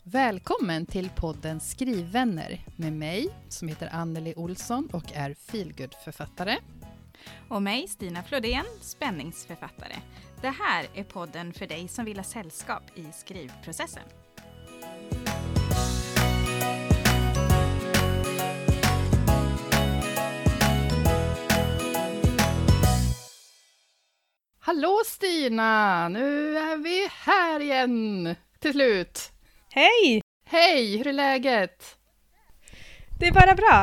Välkommen till podden Skrivvänner med mig som heter Anneli Olsson och är feelgood-författare. Och mig, Stina Flodén, spänningsförfattare. Det här är podden för dig som vill ha sällskap i skrivprocessen. Hallå Stina! Nu är vi här igen till slut. Hej! Hej, hur är läget? Det är bara bra.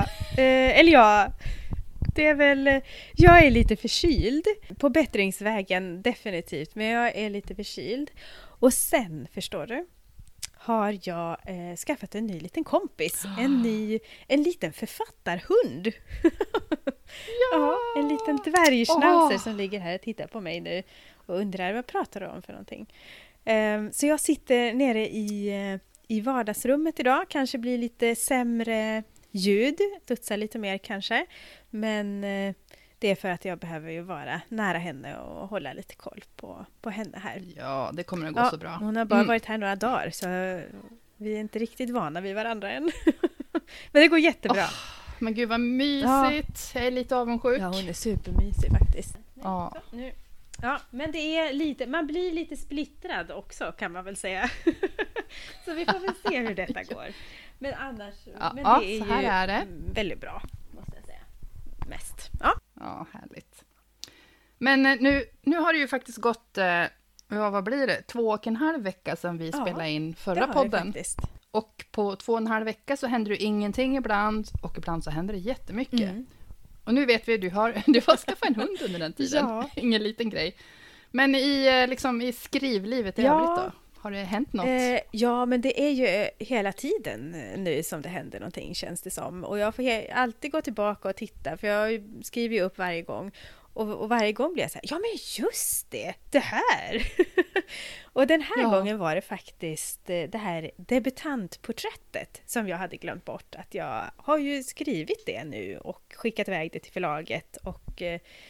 Jag är lite förkyld. På bättringsvägen definitivt, men jag är lite förkyld. Och sen, förstår du, har jag skaffat en ny liten kompis. En liten författarhund. Ja, en liten dvärgschnauzer som ligger här och tittar på mig nu och undrar vad pratar du om för någonting. Så jag sitter nere i vardagsrummet idag. Kanske blir lite sämre ljud, dutsar lite mer kanske. Men det är för att jag behöver ju vara nära henne och hålla lite koll på henne här. Ja, det kommer att gå så bra. Hon har bara varit här några dagar så vi är inte riktigt vana vid varandra än. Men det går jättebra. Men gud vad mysigt. Jag är lite avundsjuk. Ja, hon är supermysig faktiskt. Ja. Ja, men det är lite, man blir lite splittrad också kan man väl säga. Så vi får väl se hur detta går. Men annars, men det är så här ju är det. Väldigt bra, måste jag säga. Mest. Ja, härligt. Men nu har det ju faktiskt gått, vad blir det? 2,5 vecka sedan vi spelade in förra podden. Och på 2,5 vecka så händer det ingenting ibland och ibland så händer det jättemycket. Mm. Och nu vet vi, du har skaffat en hund under den tiden. Ja. Ingen liten grej. Men i skrivlivet i övrigt då? Har det hänt något? Ja, men det är ju hela tiden nu som det händer någonting, känns det som. Och jag får alltid gå tillbaka och titta, för jag skriver ju upp varje gång. Och varje gång blir jag så här, ja men just det här! Och den här gången var det faktiskt det här debutantporträttet som jag hade glömt bort. Att jag har ju skrivit det nu och skickat iväg det till förlaget. Och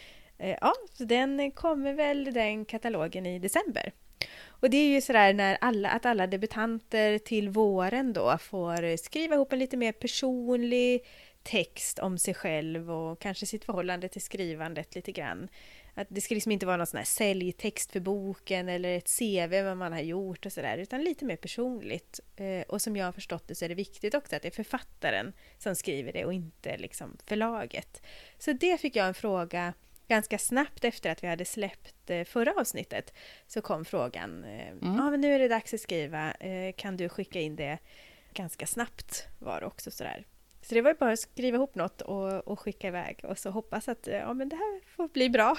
så den kommer väl den katalogen i december. Och det är ju sådär när alla debutanter till våren då får skriva ihop en lite mer personlig text om sig själv och kanske sitt förhållande till skrivandet lite grann. Att det ska liksom inte vara någon sån här säljtext för boken eller ett CV vad man har gjort och sådär, utan lite mer personligt. Och som jag har förstått det så är det viktigt också att det är författaren som skriver det och inte liksom förlaget. Så det fick jag en fråga ganska snabbt efter att vi hade släppt förra avsnittet, så kom frågan, men nu är det dags att skriva, kan du skicka in det ganska snabbt, var det också sådär. Så det var ju bara att skriva ihop något och skicka iväg och så hoppas att men det här får bli bra.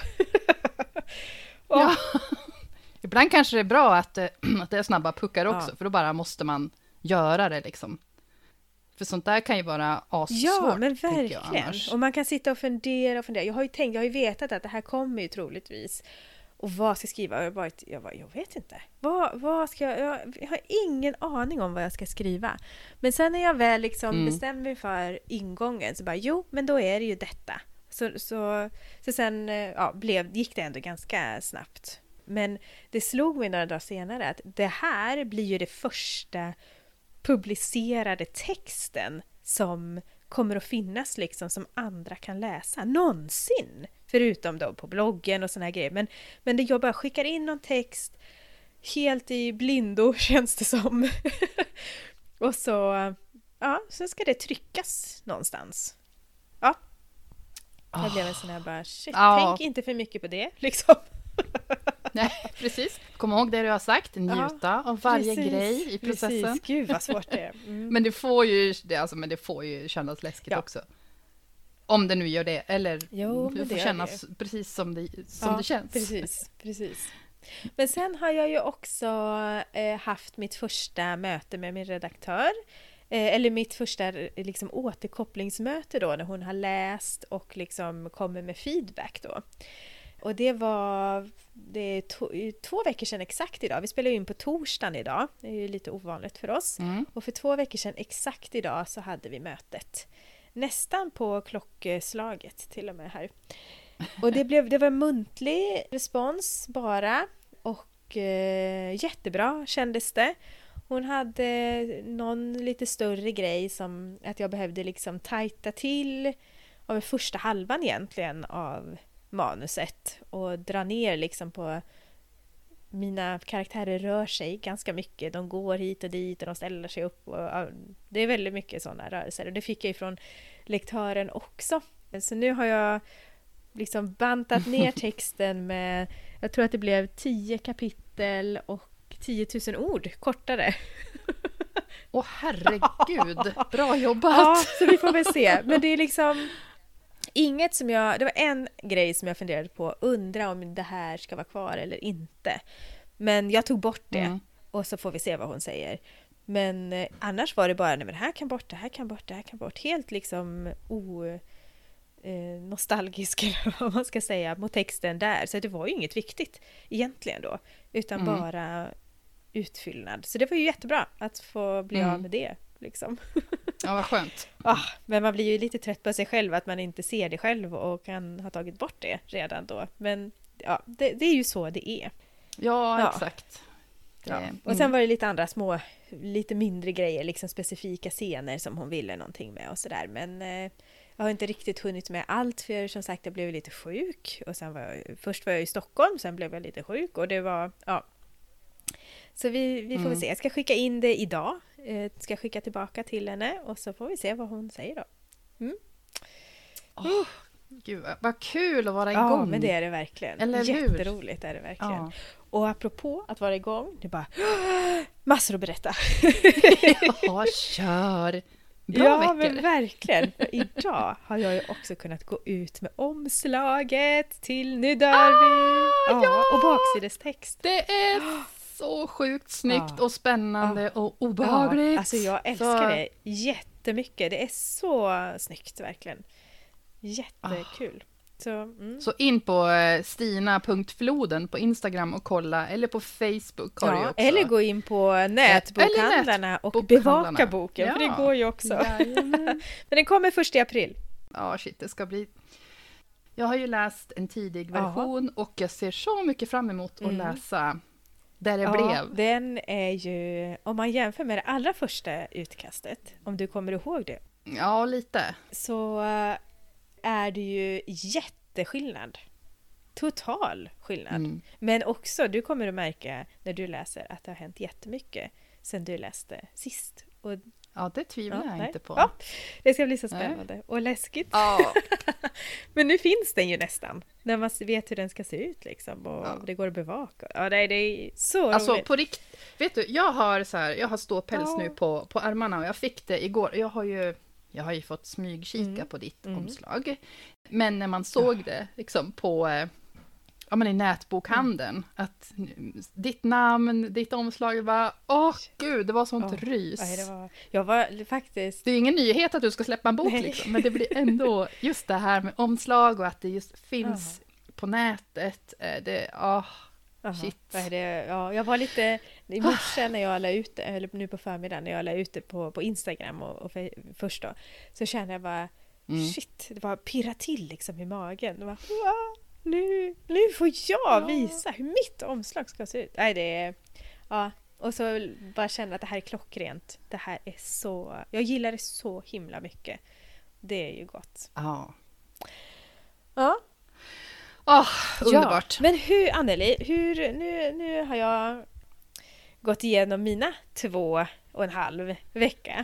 Ja. Ibland kanske det är bra att det är snabba puckar också, för då bara måste man göra det liksom. För sånt där kan ju vara assvårt. Ja, men verkligen. Och man kan sitta och fundera. Jag har ju vetat att det här kommer ju troligtvis. Och vad ska jag skriva? Jag vet inte. Vad ska jag har ingen aning om vad jag ska skriva. Men sen när jag väl liksom bestämmer mig för ingången så bara, men då är det ju detta. Så sen gick det ändå ganska snabbt. Men det slog mig några dagar senare att det här blir ju det första publicerade texten som kommer att finnas liksom som andra kan läsa någonsin, förutom då på bloggen och såna här grejer, men det jag bara skickar in någon text helt i blindo känns det som. Och så ska det tryckas någonstans. Jag blev en sån här bara tänk inte för mycket på det liksom. Nej, precis. Kom ihåg det du har sagt. Njuta av varje grej i processen. Precis. Gud vad svårt det är. Men det får ju kännas läskigt också. Om det nu gör det. Eller det får kännas precis som det känns. Precis. Men sen har jag ju också haft mitt första möte med min redaktör. Eller mitt första liksom, återkopplingsmöte då. När hon har läst och liksom kommer med feedback då. Och det är 2 veckor sedan exakt idag. Vi spelar ju in på torsdagen idag. Det är ju lite ovanligt för oss. Och för 2 veckor sedan exakt idag så hade vi mötet. Nästan på klockslaget till och med här. Och det var muntlig respons bara. Och jättebra kändes det. Hon hade någon lite större grej som att jag behövde liksom tajta till av första halvan egentligen av manuset och dra ner liksom på mina karaktärer rör sig ganska mycket. De går hit och dit och de ställer sig upp. Och det är väldigt mycket sådana rörelser. Och det fick jag ifrån lektören också. Så nu har jag liksom bantat ner texten med, jag tror att det blev 10 kapitel och 10 000 ord kortare. Åh herregud, bra jobbat! Ja, så vi får väl se. Men det är liksom inget som det var en grej som jag funderade på, undra om det här ska vara kvar eller inte. Men jag tog bort det och så får vi se vad hon säger. Men annars var det bara, nej men det här kan bort, det här kan bort, det här kan bort. Helt liksom nostalgisk eller vad man ska säga mot texten där. Så det var ju inget viktigt egentligen då, utan bara utfyllnad. Så det var ju jättebra att få bli av med det. Liksom. Ja, vad skönt. Men man blir ju lite trött på sig själv att man inte ser det själv och kan ha tagit bort det redan då. Men ja, det är ju så det är. Ja, exakt. Ja. Och sen var det lite andra små, lite mindre grejer, liksom specifika scener som hon ville någonting med och sådär. Men jag har inte riktigt hunnit med allt, för som sagt jag blev lite sjuk. Och sen först var jag i Stockholm, sen blev jag lite sjuk och det var, Så vi får väl se. Jag ska skicka in det idag. Ska skicka tillbaka till henne och så får vi se vad hon säger då. Gud, vad kul att vara igång. Ja, men det är det verkligen. Eller jätteroligt är det verkligen. Ja. Och apropå att vara igång, det är bara massor att berätta. Ja, kör! Bra veckor. Men verkligen. För idag har jag ju också kunnat gå ut med omslaget till Nu dör vi. Och baksidestext. Det är så sjukt snyggt och spännande och obehagligt. Alltså jag älskar det jättemycket. Det är så snyggt verkligen. Jättekul. Så in på stina.floden på Instagram och kolla, eller på Facebook har du också. Eller gå in på nätbokhandlarna och bevaka boken, för det går ju också. Men den kommer 1 april. Ja, shit, det ska bli... Jag har ju läst en tidig version och jag ser så mycket fram emot att läsa där det blev. Den är ju, om man jämför med det allra första utkastet, om du kommer ihåg det. Ja, lite. Så är det ju jätteskillnad. Total skillnad. Men också, du kommer att märka när du läser att det har hänt jättemycket sen du läste sist. Och ja, det tvivlar jag inte på. Ja, det ska bli så spännande och läskigt. Ja. Men nu finns den ju nästan. När man vet hur den ska se ut liksom, och det går att bevaka. Ja, det är så alltså, roligt. På vet du, jag har ståpäls nu på armarna och jag fick det igår. Jag har ju fått smygkika på ditt omslag. Men när man såg det liksom på i nätbokhandeln, att ditt namn, ditt omslag var, gud, det var sånt rys. Jag var faktiskt... Det är ingen nyhet att du ska släppa en bok liksom, men det blir ändå just det här med omslag och att det just finns på nätet. Shit. Jag var lite i morse när jag la ut det, eller nu på förmiddagen när jag la ut det på Instagram och först då, så kände jag bara shit, det var pirra till liksom i magen. Det var, nu får jag visa hur mitt omslag ska se ut. Nej, det är och så bara känna att det här är klockrent. Det här är så, jag gillar det så himla mycket. Det är ju gott. Underbart. Ja, men hur, Anneli, nu har jag gått igenom mina 2,5 vecka.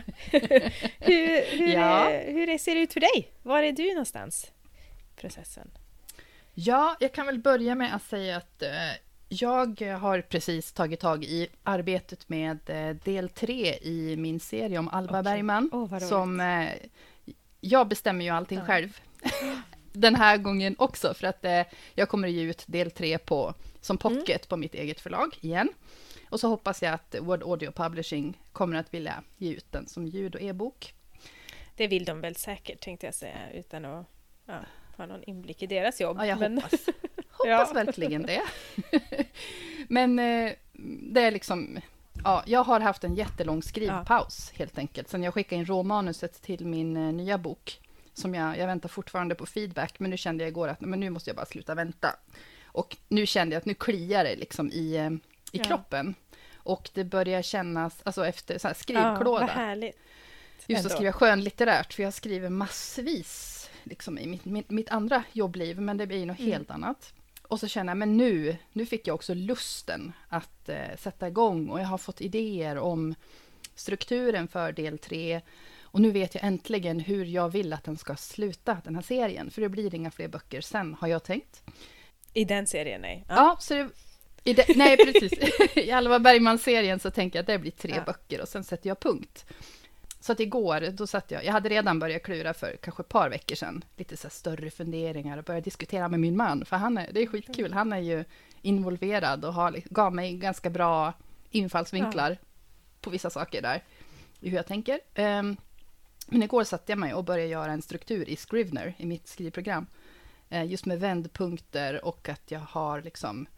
Hur ser det ut för dig? Var är du någonstans i processen? Ja, jag kan väl börja med att säga att jag har precis tagit tag i arbetet med del 3 i min serie om Alva Bergman. Som jag bestämmer ju allting själv. Den här gången också, för att jag kommer ge ut del 3 som pocket på mitt eget förlag igen. Och så hoppas jag att Word Audio Publishing kommer att vilja ge ut den som ljud- och e-bok. Det vill de väl säkert, tänkte jag säga, utan att ha någon inblick i deras jobb. Ja, jag hoppas verkligen det. Men det är liksom... Ja, jag har haft en jättelång skrivpaus helt enkelt. Sen jag skickade in råmanuset till min nya bok. Som jag väntar fortfarande på feedback. Men nu kände jag igår att nu måste jag bara sluta vänta. Och nu kände jag att nu kliar det liksom i kroppen. Och det börjar kännas, alltså efter så här skrivklåda. Vad härligt. Just att skriva skönlitterärt, för jag skriver massvis liksom, i mitt andra jobbliv, men det blir något helt annat. Och så känner jag, men nu fick jag också lusten att sätta igång, och jag har fått idéer om strukturen för del 3. Och nu vet jag äntligen hur jag vill att den ska sluta, den här serien. För det blir inga fler böcker sen, har jag tänkt. I den serien, nej. Ja, så nej, precis. I Alva Bergman-serien så tänker jag att det blir 3 böcker och sen sätter jag punkt. Så att igår, då satt jag hade redan börjat klura för kanske ett par veckor sedan. Lite så här större funderingar och började diskutera med min man. För det är skitkul, han är ju involverad och gav mig ganska bra infallsvinklar på vissa saker där. I hur jag tänker. Men igår satt jag mig och började göra en struktur i Scrivener, i mitt skrivprogram. Just med vändpunkter och att jag har liksom...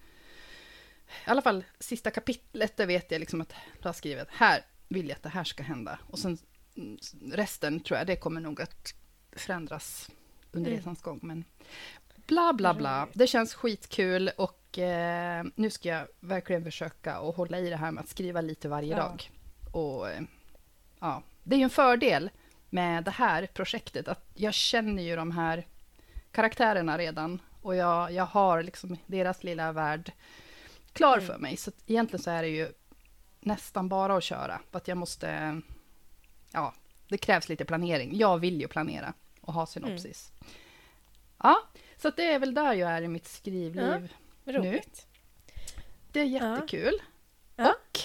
I alla fall sista kapitlet, där vet jag liksom att jag har skrivit, här vill jag att det här ska hända. Och sen resten tror jag, det kommer nog att förändras under resans gång. Men bla bla bla, det känns skitkul, och nu ska jag verkligen försöka att hålla i det här med att skriva lite varje dag. Och ja, det är ju en fördel med det här projektet, att jag känner ju de här karaktärerna redan, och jag har liksom deras lilla värld klar för mig. Så egentligen så är det ju nästan bara att köra. För att jag måste... Ja, det krävs lite planering. Jag vill ju planera och ha synopsis. Ja, så att det är väl där jag är i mitt skrivliv nu. Det är jättekul. Ja. Och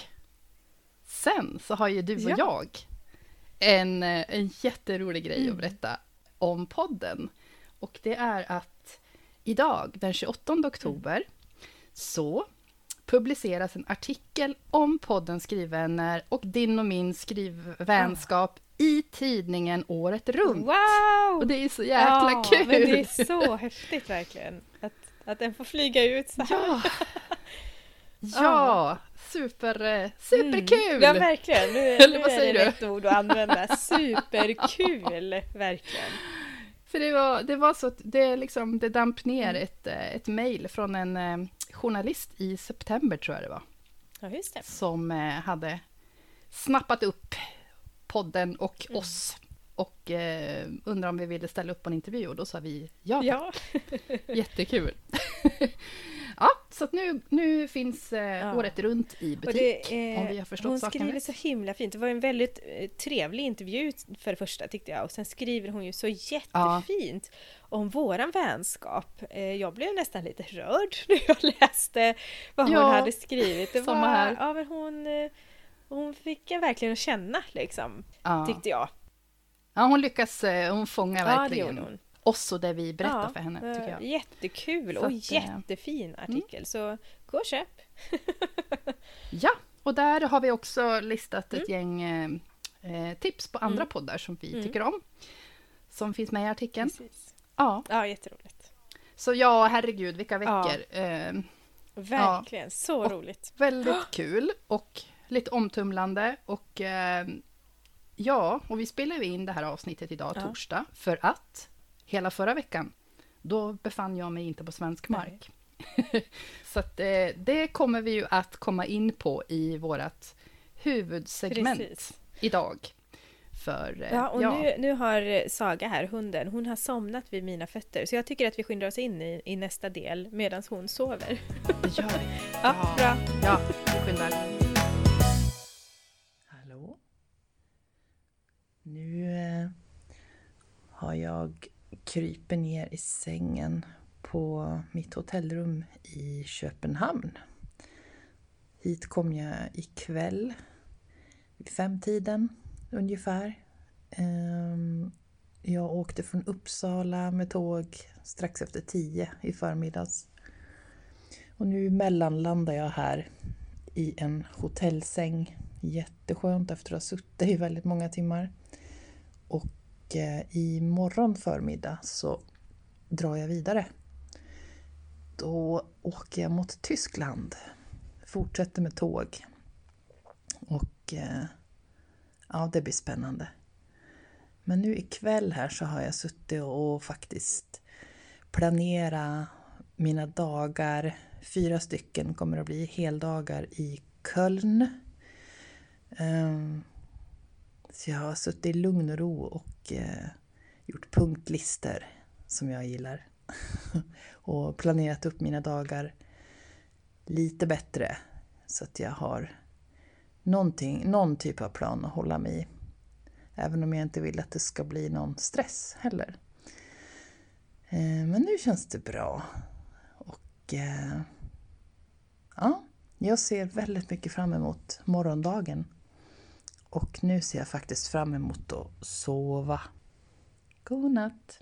sen så har ju du och jag en jätterolig grej att berätta om podden. Och det är att idag, den 28 oktober, så publiceras en artikel om podden Skrivvänner och din och min skrivvänskap i tidningen året runt. Wow! Och det är så jäkla kul! Men det är så häftigt verkligen. Att den får flyga ut så här. Ja, superkul! Ja, verkligen. Nu Eller vad säger är det du? rätt ord att använda. Superkul, verkligen. För det var så att det damp ner ett mejl från en journalist i september, tror jag det var. Ja, just det. Som hade snappat upp podden och oss. Och undrar om vi ville ställa upp på en intervju. Och då sa vi ja. Jättekul. Ja, så att nu finns året runt i butik. Om vi har förstått hon saken skriver rätt. så himla fint. Det var en väldigt trevlig intervju för det första, tyckte jag. Och sen skriver hon ju så jättefint om våran vänskap. Jag blev nästan lite rörd när jag läste vad hon hade skrivit. Det var här. Ja, men hon fick verkligen att känna, liksom, tyckte jag. Ja, hon fångar verkligen hon. Oss och det vi berättar för henne, tycker jag. Jättekul och jättefin artikel. Så gå och köp. Ja, och där har vi också listat ett gäng tips på andra poddar som vi tycker om. Som finns med i artikeln. Precis. Ja, jätteroligt. Så herregud, vilka veckor. Verkligen, så roligt. Väldigt kul och lite omtumlande. Och och vi spelar in det här avsnittet idag, torsdag. För att hela förra veckan, då befann jag mig inte på svensk mark. Så att, det kommer vi ju att komma in på i vårat huvudsegment idag. För, och nu har Saga här, hunden, hon har somnat vid mina fötter. Så jag tycker att vi skyndar oss in i nästa del medan hon sover. Det gör vi. Bra. Ja, vi skyndar. Hallå? Nu har jag kryper ner i sängen på mitt hotellrum i Köpenhamn. Hit kom jag ikväll vid 5-tiden ungefär. Jag åkte från Uppsala med tåg strax efter 10 i förmiddags. Och nu mellanlandar jag här i en hotellsäng. Jätteskönt efter att ha suttit i väldigt många timmar. Och i morgon förmiddag så drar jag vidare. Då åker jag mot Tyskland. Fortsätter med tåg. Och det blir spännande. Men nu ikväll här så har jag suttit och faktiskt planerat mina dagar. 4 stycken kommer att bli heldagar i Köln. Så jag har suttit i lugn och ro och gjort punktlister som jag gillar. Och planerat upp mina dagar lite bättre. Så att jag har någon typ av plan att hålla mig i. Även om jag inte vill att det ska bli någon stress heller. Men nu känns det bra. Och ja, jag ser väldigt mycket fram emot morgondagen. Och nu ser jag faktiskt fram emot att sova. God natt.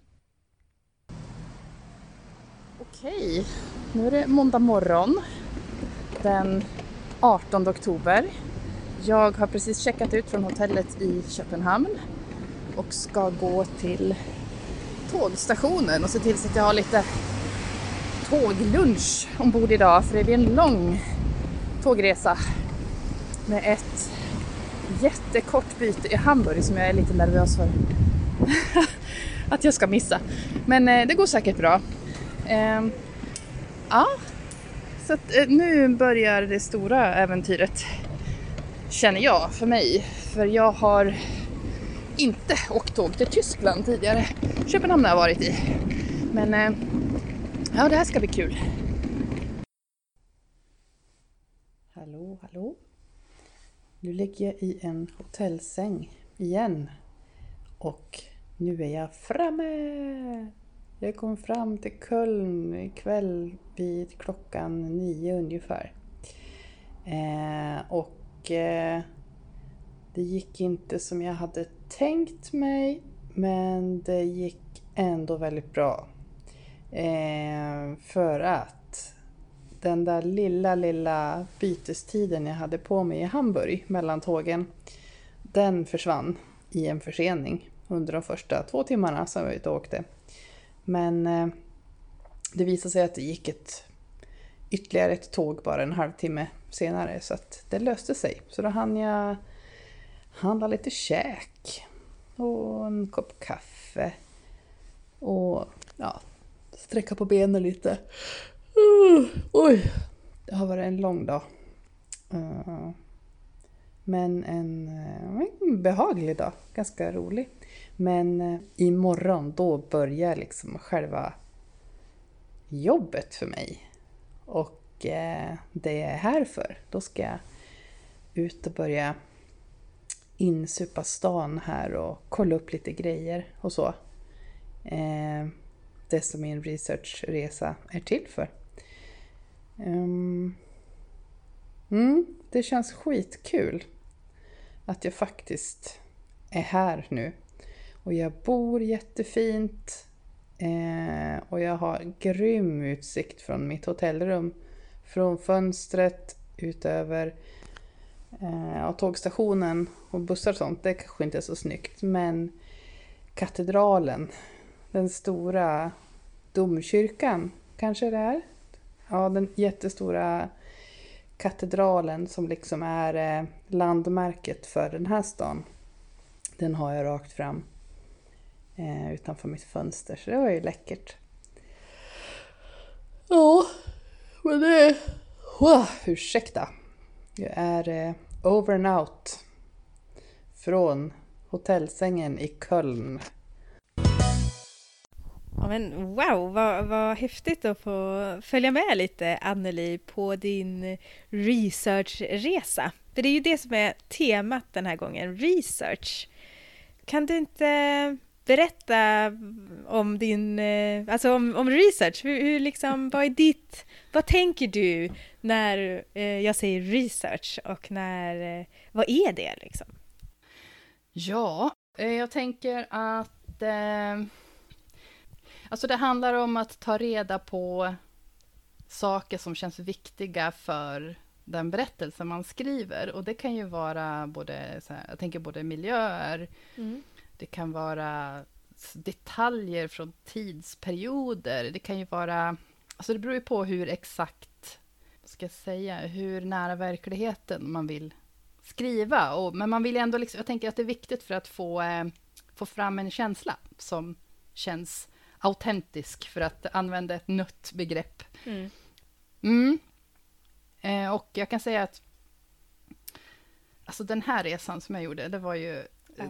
Okej, nu är det måndag morgon. Den 18 oktober. Jag har precis checkat ut från hotellet i Köpenhamn. Och ska gå till tågstationen och se till så att jag har lite tåglunch ombord idag. För det blir en lång tågresa med ett jättekort byte i Hamburg som jag är lite nervös för att jag ska missa. Men det går säkert bra. Ja, så att, nu börjar det stora äventyret, känner jag, för mig. För jag har inte åkt tåg till Tyskland tidigare. Köpenhamn har jag varit i. Men ja, det här ska bli kul. Hallå. Nu ligger jag i en hotellsäng igen. Och nu är jag framme. Jag kom fram till Köln ikväll vid klockan 9 ungefär. Det gick inte som jag hade tänkt mig. Men det gick ändå väldigt bra. För att den där lilla bytestiden jag hade på mig i Hamburg mellan tågen, den försvann i en försening under de första 2 timmarna som jag ute och åkte. Men det visade sig att det gick ytterligare ett tåg bara en halvtimme senare, så att det löste sig. Så då hann jag handla lite käk och en kopp kaffe och ja, sträcka på benen lite. Oj, det har varit en lång dag. Men en behaglig dag, ganska rolig. Men imorgon då börjar liksom själva jobbet för mig. Och det är härför. Då ska jag ut och börja insupa stan här och kolla upp lite grejer och så. Det som min researchresa är till för. Det känns skitkul att jag faktiskt är här nu. Och jag bor jättefint. Och jag har grym utsikt från mitt hotellrum. Från fönstret utöver tågstationen och bussar och sånt. Det kanske inte är så snyggt. Men katedralen, den stora domkyrkan kanske det är. Ja, den jättestora katedralen som liksom är landmärket för den här stan. Den har jag rakt fram utanför mitt fönster, så det var ju läckert. Ja, men det är... ursäkta. Jag är over and out från hotellsängen i Köln. Ja, men wow, vad häftigt att få följa med lite, Anneli, på din researchresa. För det är ju det som är temat den här gången, research. Kan du inte berätta om din, alltså om research? Hur liksom, vad tänker du när jag säger research och vad är det liksom? Ja, jag tänker att alltså det handlar om att ta reda på saker som känns viktiga för den berättelse man skriver. Och det kan ju vara både, så här, jag tänker både miljöer, det kan vara detaljer från tidsperioder, det kan ju vara, alltså det beror ju på hur exakt, ska jag säga, hur nära verkligheten man vill skriva. Men man vill ändå, liksom, jag tänker att det är viktigt för att få fram en känsla som känns autentisk, för att använda ett nött begrepp. Och jag kan säga att alltså den här resan som jag gjorde, det var ju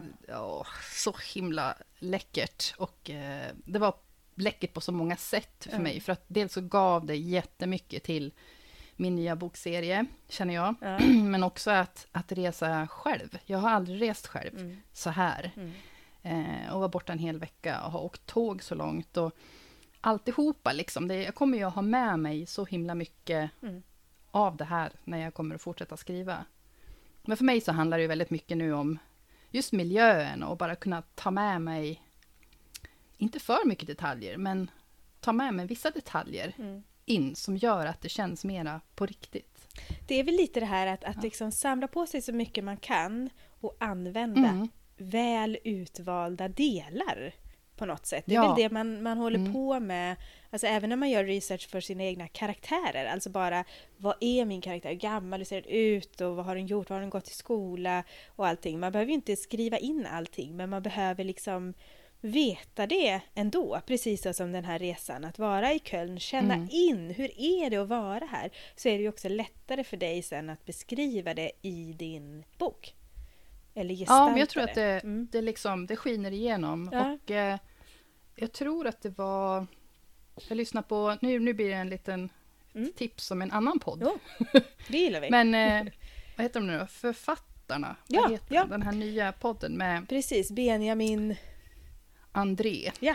så himla läckert. Och det var läckert på så många sätt för mig. För att dels så gav det jättemycket till min nya bokserie, känner jag. Men också att resa själv. Jag har aldrig rest själv så här. Och var borta en hel vecka och har åkt tåg så långt. Och alltihopa liksom. Jag kommer ju att ha med mig så himla mycket av det här när jag kommer att fortsätta skriva. Men för mig så handlar det ju väldigt mycket nu om just miljön och bara kunna ta med mig, inte för mycket detaljer, men ta med mig vissa detaljer in som gör att det känns mera på riktigt. Det är väl lite det här att liksom samla på sig så mycket man kan och använda väl utvalda delar på något sätt. Det är väl det man håller på med, alltså även när man gör research för sina egna karaktärer. Alltså bara, vad är min karaktär? Hur gammal ser den ut? Och vad har den gjort? Vad har den gått i skola? Och allting. Man behöver ju inte skriva in allting, men man behöver liksom veta det ändå. Precis så som den här resan. Att vara i Köln, känna in, hur är det att vara här? Så är det ju också lättare för dig sen att beskriva det i din bok. Eller gestalta. Ja, men jag tror att det liksom, det skiner igenom. Ja. Och jag tror att det var... Jag lyssnar på... Nu blir det en liten tips om en annan podd. Jo, det gillar vi. Men vad heter de nu då? Författarna. Ja, vad heter den här nya podden med... Precis, Benjamin... André. Ja.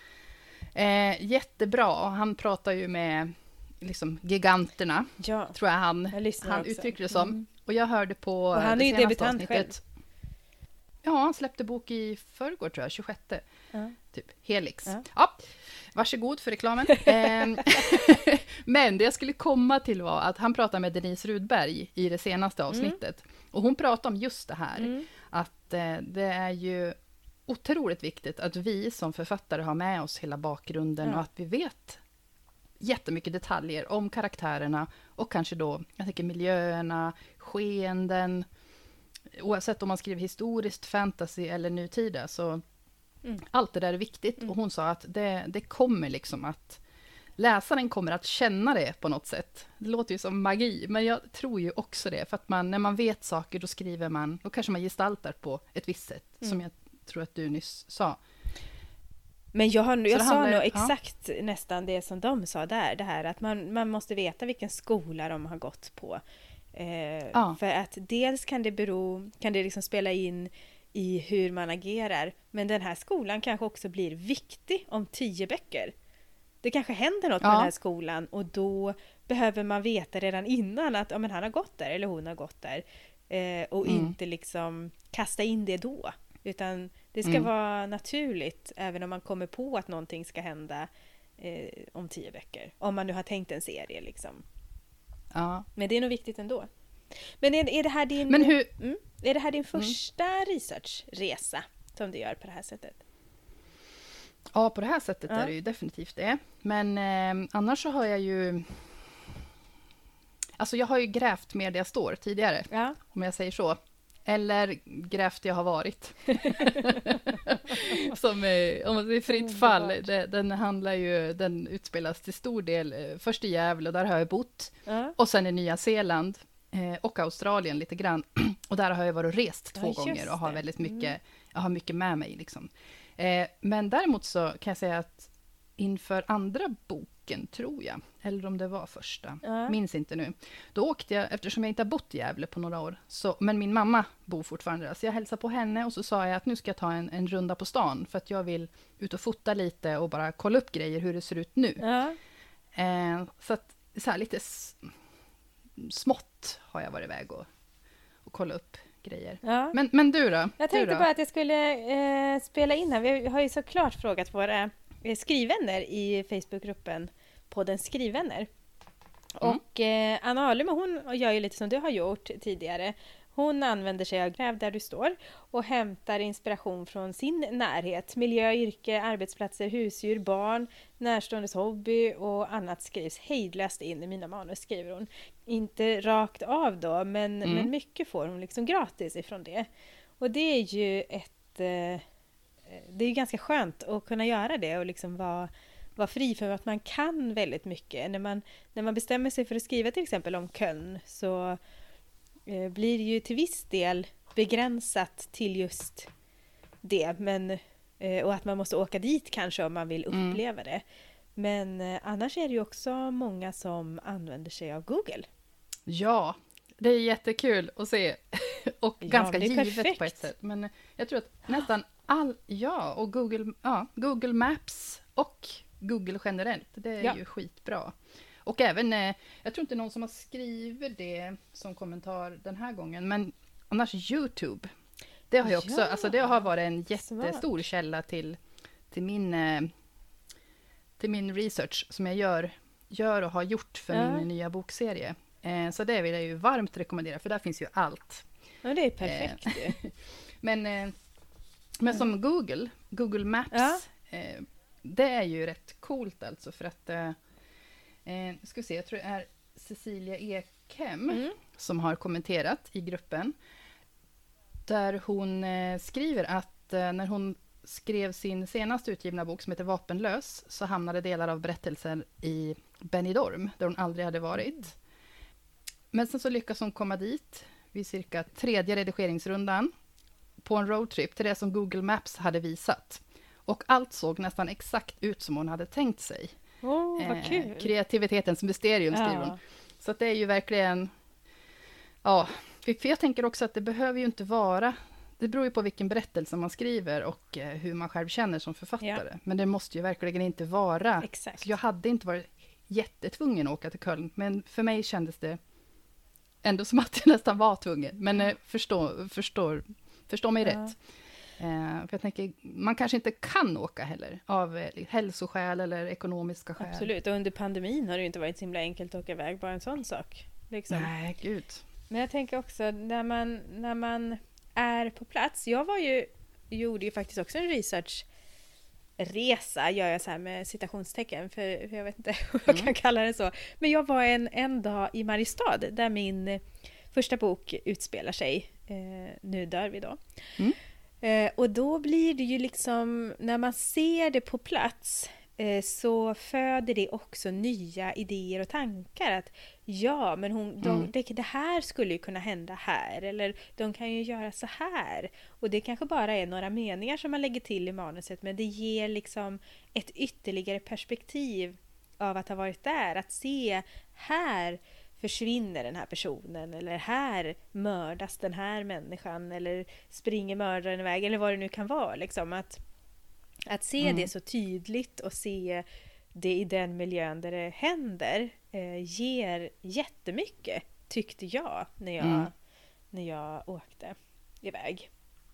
Jättebra. Han pratar ju med liksom giganterna. Ja. Tror jag han uttrycker det som. Och jag hörde på... Och han är ju debutant själv. Ja, han släppte bok i förrgår tror jag, 26. Typ, Helix. Ja. Varsågod för reklamen. Men det jag skulle komma till var att han pratade med Denise Rudberg i det senaste avsnittet. Och hon pratade om just det här. Att det är ju otroligt viktigt att vi som författare har med oss hela bakgrunden och att vi vet jättemycket detaljer om karaktärerna och kanske då, jag tänker miljöerna, skeenden. Oavsett om man skriver historiskt, fantasy eller nutida så allt det där är viktigt. Och hon sa att det kommer liksom att läsaren kommer att känna det på något sätt. Det låter ju som magi, men jag tror ju också det. För att när man vet saker, då skriver man, då kanske man gestaltar på ett visst sätt. Som jag tror att du nyss sa. Men jag sa nog exakt nästan det som de sa där. Det här att man måste veta vilken skola de har gått på. För att dels kan det liksom spela in i hur man agerar. Men den här skolan kanske också blir viktig om 10 böcker. Det kanske händer något med den här skolan och då behöver man veta redan innan att han har gått där eller hon har gått där. Och inte liksom kasta in det då. Utan det ska vara naturligt även om man kommer på att någonting ska hända om 10 böcker. Om man nu har tänkt en serie liksom. Ja. Men det är nog viktigt ändå. Men är det här din, är det här din första researchresa som du gör på det här sättet? Ja, på det här sättet är det ju definitivt det. Men annars så har jag ju... Alltså jag har ju grävt mer där jag står tidigare, om jag säger så. Eller grävt jag har varit. Som om det är fritt fall. Den utspelas till stor del först i Gävle, och där har jag bott. Och sen i Nya Zeeland och Australien lite grann. Och där har jag varit och rest 2 gånger och har väldigt mycket, jag har mycket med mig liksom. Men däremot så kan jag säga att inför andra boken, tror jag, eller om det var första, minns inte nu. Då åkte jag, eftersom jag inte har bott i Gävle på några år, men min mamma bor fortfarande där, så jag hälsade på henne och så sa jag att nu ska jag ta en runda på stan, för att jag vill ut och fota lite och bara kolla upp grejer, hur det ser ut nu. Så att så här lite smått har jag varit iväg och kolla upp grejer. Men du då? Jag tänkte bara att jag skulle spela in här. Vi har ju såklart frågat våra skrivvänner i Facebookgruppen Podden Skrivvänner. Och Anna Alum, hon gör ju lite som du har gjort tidigare. Hon använder sig av Gräv där du står och hämtar inspiration från sin närhet. Miljö, yrke, arbetsplatser, husdjur, barn, närståendes hobby och annat skrivs hejdlöst in i mina manus, skriver hon. Inte rakt av då, men mycket får hon liksom gratis ifrån det. Och det är ju det är ganska skönt att kunna göra det och liksom vara fri, för att man kan väldigt mycket. När man bestämmer sig för att skriva till exempel om Köln, så blir ju till viss del begränsat till just det. Men, och att man måste åka dit kanske om man vill uppleva det. Men annars är det ju också många som använder sig av Google. Ja, det är jättekul att se. Och ganska givet perfekt. På ett sätt. Men jag tror att nästan och Google Maps och Google generellt, det är ju skitbra. Och även, jag tror inte någon som har skrivit det som kommentar den här gången, men annars YouTube. Det har ju också, alltså det har varit en jättestor källa till min research som jag gör och har gjort för min nya bokserie. Så det vill jag ju varmt rekommendera, för där finns ju allt. Ja, det är perfekt. Men som Google Maps, det är ju rätt coolt alltså, för att ska vi se, jag tror det är Cecilia Ekhem som har kommenterat i gruppen, där hon skriver att när hon skrev sin senaste utgivna bok som heter Vapenlös, så hamnade delar av berättelsen i Benidorm, där hon aldrig hade varit. Men sen så lyckas hon komma dit vid cirka 3:e redigeringsrundan på en roadtrip till det som Google Maps hade visat. Och allt såg nästan exakt ut som hon hade tänkt sig. Vad kul. Kreativitetens mysterium, skriver hon. Så att det är ju verkligen... Ja, för jag tänker också att det behöver ju inte vara... Det beror ju på vilken berättelse man skriver och hur man själv känner som författare. Ja. Men det måste ju verkligen inte vara... Exakt. Så jag hade inte varit jättetvungen att åka till Köln, men för mig kändes det ändå som att jag nästan var tvungen. Men förstå mig rätt. För jag tänker, man kanske inte kan åka heller av hälsoskäl eller ekonomiska skäl. Absolut, och under pandemin har det ju inte varit så himla enkelt att åka iväg, bara en sån sak. Liksom. Nej, gud. Men jag tänker också, när man är på plats, gjorde ju faktiskt också en researchresa, gör jag så här med citationstecken, för jag vet inte hur jag kan kalla det så. Men jag var en dag i Mariestad, där min första bok utspelar sig. Nu dör vi då. Och då blir det ju liksom, när man ser det på plats, så föder det också nya idéer och tankar. Att men det här skulle ju kunna hända här, eller de kan ju göra så här. Och det kanske bara är några meningar som man lägger till i manuset, men det ger liksom ett ytterligare perspektiv av att ha varit där. Att se, här försvinner den här personen, eller här mördas den här människan, eller springer mördaren iväg, eller vad det nu kan vara. Liksom att se det så tydligt och se det i den miljön där det händer ger jättemycket, tyckte jag när jag åkte iväg.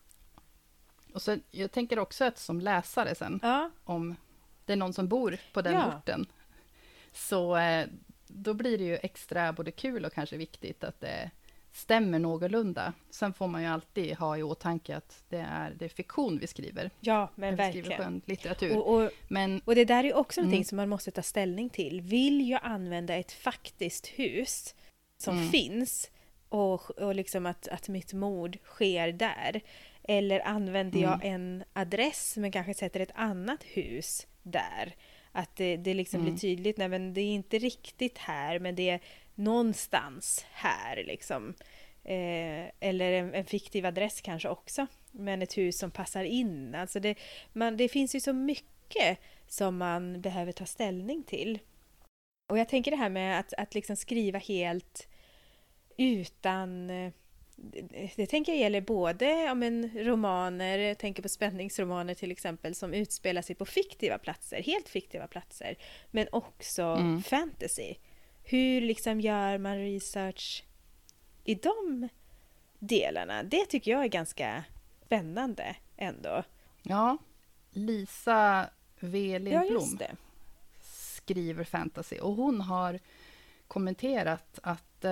Och så, jag tänker också att som läsare sen, om det är någon som bor på den orten, så då blir det ju extra både kul och kanske viktigt att det stämmer någorlunda. Sen får man ju alltid ha i åtanke att det är fiktion vi skriver. Ja, men verkligen. Vi skriver skönlitteratur. Och det där är ju också någonting som man måste ta ställning till. Vill jag använda ett faktiskt hus som finns och liksom att mitt mord sker där? Eller använder jag en adress men kanske sätter ett annat hus där? Att det liksom blir tydligt, nej men det är inte riktigt här, men det är någonstans här liksom. Eller en fiktiv adress kanske också, men ett hus som passar in. Alltså det finns ju så mycket som man behöver ta ställning till. Och jag tänker det här med att liksom skriva helt utan... Det tänker jag gäller både romaner, jag tänker på spänningsromaner till exempel, som utspelar sig på fiktiva platser, helt fiktiva platser, men också fantasy. Hur liksom gör man research i de delarna? Det tycker jag är ganska spännande ändå. Ja, Lisa V. Lindblom skriver fantasy, och hon har kommenterat att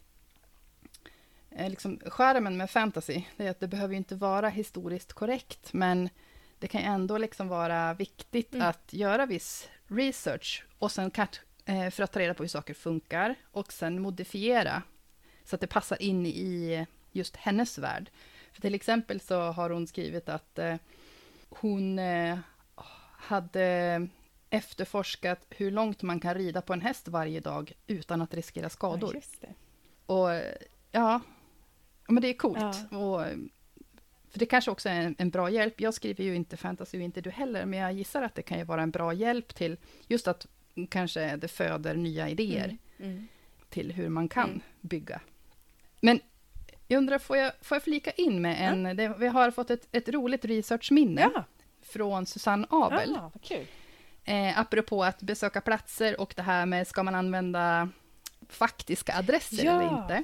liksom, skärmen med fantasy, det är att det behöver inte vara historiskt korrekt, men det kan ändå liksom vara viktigt att göra viss research och sen för att ta reda på hur saker funkar och sen modifiera så att det passar in i just hennes värld. För till exempel så har hon skrivit att hon hade efterforskat hur långt man kan rida på en häst varje dag utan att riskera skador. Ja, just det. Och ja, men det är coolt. Och, för det kanske också är en bra hjälp. Jag skriver ju inte fantasy och inte du heller, men jag gissar att det kan ju vara en bra hjälp till just att kanske det föder nya idéer till hur man kan bygga. Men jag undrar, får jag flika in med vi har fått ett roligt researchminne från Susanne Abel. Ja, vad kul. Apropå att besöka platser och det här med, ska man använda faktiska adresser eller inte?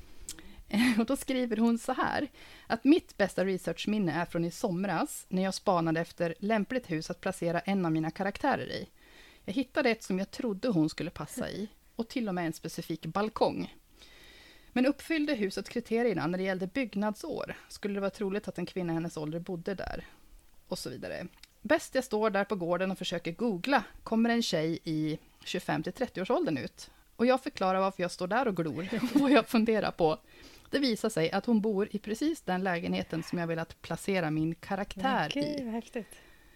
Och då skriver hon så här, att mitt bästa researchminne är från i somras när jag spanade efter lämpligt hus att placera en av mina karaktärer i. Jag hittade ett som jag trodde hon skulle passa i och till och med en specifik balkong. Men uppfyllde huset kriterierna när det gällde byggnadsår skulle det vara troligt att en kvinna i hennes ålder bodde där. Och så vidare. Bäst jag står där på gården och försöker googla kommer en tjej i 25-30-årsåldern ut. Och jag förklarar varför jag står där och glor och vad jag funderar på. Det visar sig att hon bor i precis den lägenheten som jag velat placera min karaktär i. Vad häftigt.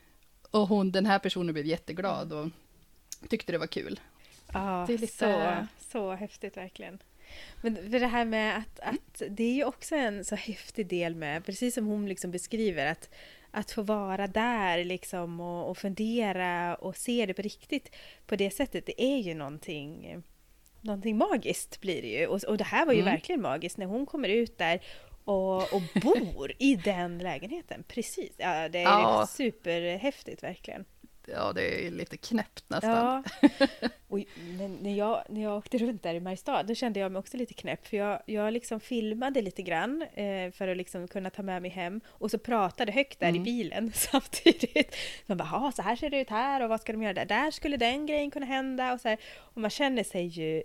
Och den här personen blev jätteglad och tyckte det var kul. Ja, det är lite... så häftigt verkligen. Men för det här med att det är ju också en så häftig del med, precis som hon liksom beskriver, att få vara där liksom och fundera och se det på riktigt på det sättet, det är ju någonting magiskt blir det ju. Och det här var ju verkligen magiskt när hon kommer ut där och bor i den lägenheten. Precis. Ja, det är superhäftigt verkligen. Ja, det är lite knäppt nästan. Ja. Och när jag åkte runt där i Mariestad, då kände jag mig också lite knäpp. För jag liksom filmade lite grann för att liksom kunna ta med mig hem. Och så pratade högt där i bilen samtidigt. Man bara, så här ser det ut här och vad ska de göra där? Där skulle den grejen kunna hända. Och man känner sig ju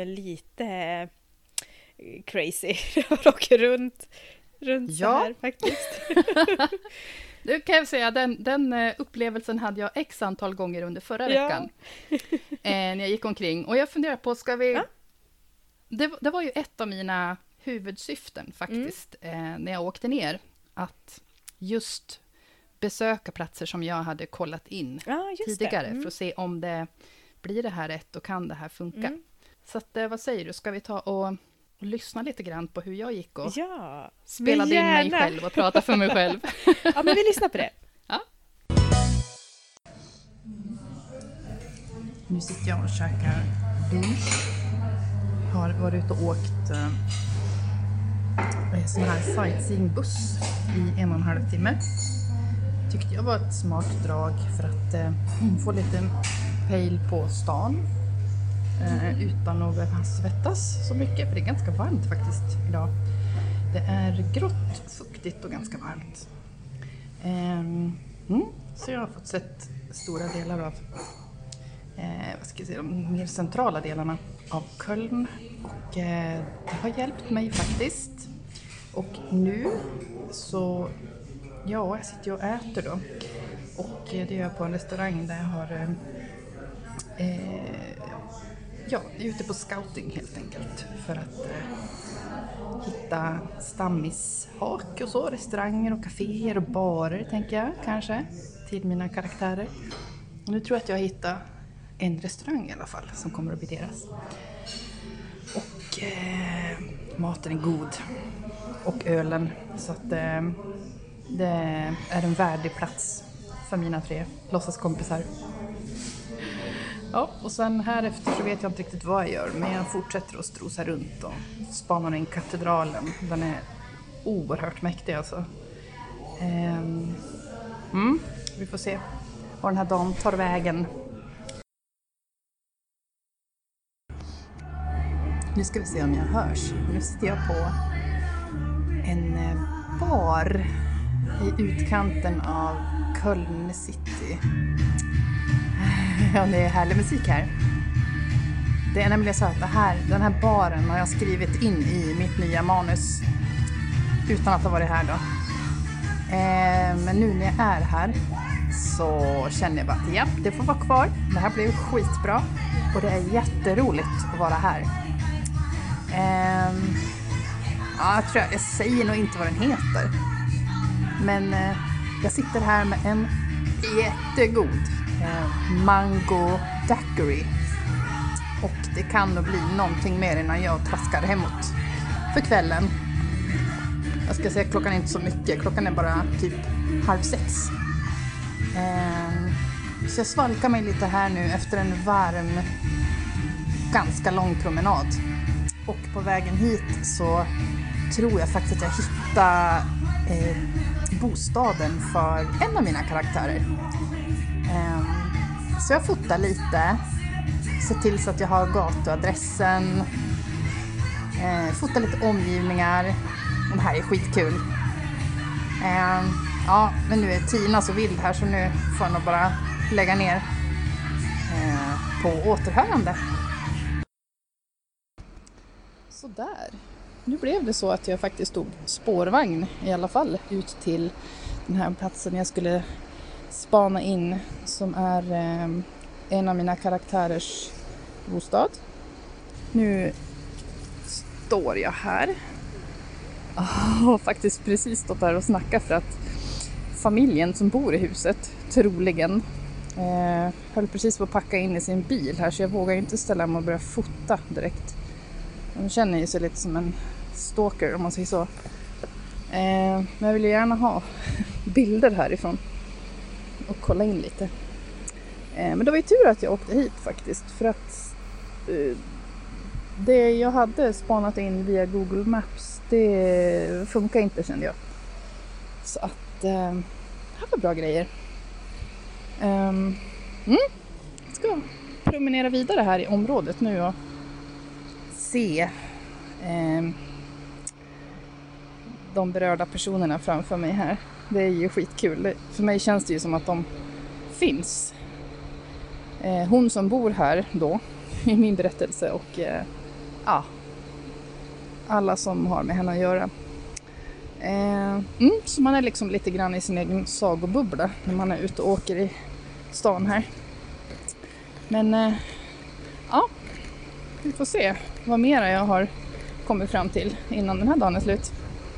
lite crazy. Jag åker runt så här faktiskt. Nu kan jag säga, den upplevelsen hade jag x antal gånger under förra veckan. När jag gick omkring. Och jag funderar på, ska vi... Ja. Det var ju ett av mina huvudsyften faktiskt, när jag åkte ner. Att just besöka platser som jag hade kollat in tidigare. För att se om det blir det här rätt och kan det här funka. Så att, vad säger du, ska vi ta och lyssna lite grann på hur jag gick och spelade in mig själv och pratade för mig själv. Ja, men vi lyssnar på det. Ja. Nu sitter jag och käkar lunch. Har varit ute och åkt sån här sightseeingbuss i 1,5 timme. Tyckte jag var ett smart drag för att få lite pejl på stan. Utan att behöva svettas så mycket, för det är ganska varmt faktiskt idag. Det är grått, fuktigt och ganska varmt. Så jag har fått sett stora delar av de mer centrala delarna av Köln. Och det har hjälpt mig faktiskt. Och nu så, jag sitter och äter då. Och det gör jag på en restaurang där jag har... jag är ute på scouting helt enkelt för att hitta stammishak och så, restauranger och kaféer och barer tänker jag kanske till mina karaktärer. Och nu tror jag att jag hittar en restaurang i alla fall som kommer att bli deras. Och maten är god och ölen, så att det är en värdig plats för mina 3 låtsaskompisar. Ja, och sen här efter så vet jag inte riktigt vad jag gör, men jag fortsätter att strosa runt och spanar in katedralen. Den är oerhört mäktig alltså. Vi får se var den här dagen tar vägen. Nu ska vi se om jag hörs. Nu sitter jag på en bar i utkanten av Köln city. Ja, det är härlig musik här. Det är nämligen så att den här baren har jag skrivit in i mitt nya manus utan att ha varit här då. Men nu när jag är här så känner jag bara att ja, det får vara kvar. Det här blev skitbra och det är jätteroligt att vara här. Ja, jag tror jag säger nog inte vad den heter. Men jag sitter här med en jättegod mango daiquiri. Och det kan nog bli någonting mer innan jag traskar hemåt för kvällen. Jag ska säga klockan är inte så mycket, klockan är bara typ 5:30. Så jag svalkar mig lite här nu efter en varm, ganska lång promenad. Och på vägen hit så tror jag faktiskt att jag hittar bostaden för en av mina karaktärer. Så jag fotar lite, ser till så att jag har gatuadressen, fotar lite omgivningar. Det här är skitkul. Ja, men nu är Tina så vild här så nu får jag nog bara lägga ner på återhörande. Så där. Nu blev det så att jag faktiskt tog spårvagn i alla fall ut till den här platsen jag skulle spana in, som är en av mina karaktärers bostad. Nu står jag här. Och faktiskt precis stått här och snackat för att familjen som bor i huset troligen höll precis på att packa in i sin bil här, så jag vågar inte ställa mig och börja fota direkt. De känner ju sig lite som en stalker om man säger så. Men jag vill ju gärna ha bilder härifrån och kolla in lite. Men det var ju tur att jag åkte hit faktiskt, för att det jag hade spanat in via Google Maps, det funkar inte, kände jag. Så att det här var bra grejer. Jag ska promenera vidare här i området nu och se de berörda personerna framför mig här. Det är ju skitkul. För mig känns det ju som att de finns. Hon som bor här då i min berättelse och alla som har med henne att göra. Så man är liksom lite grann i sin egen sagobubbla när man är ute och åker i stan här. Men vi får se vad mer jag har kommit fram till innan den här dagen är slut.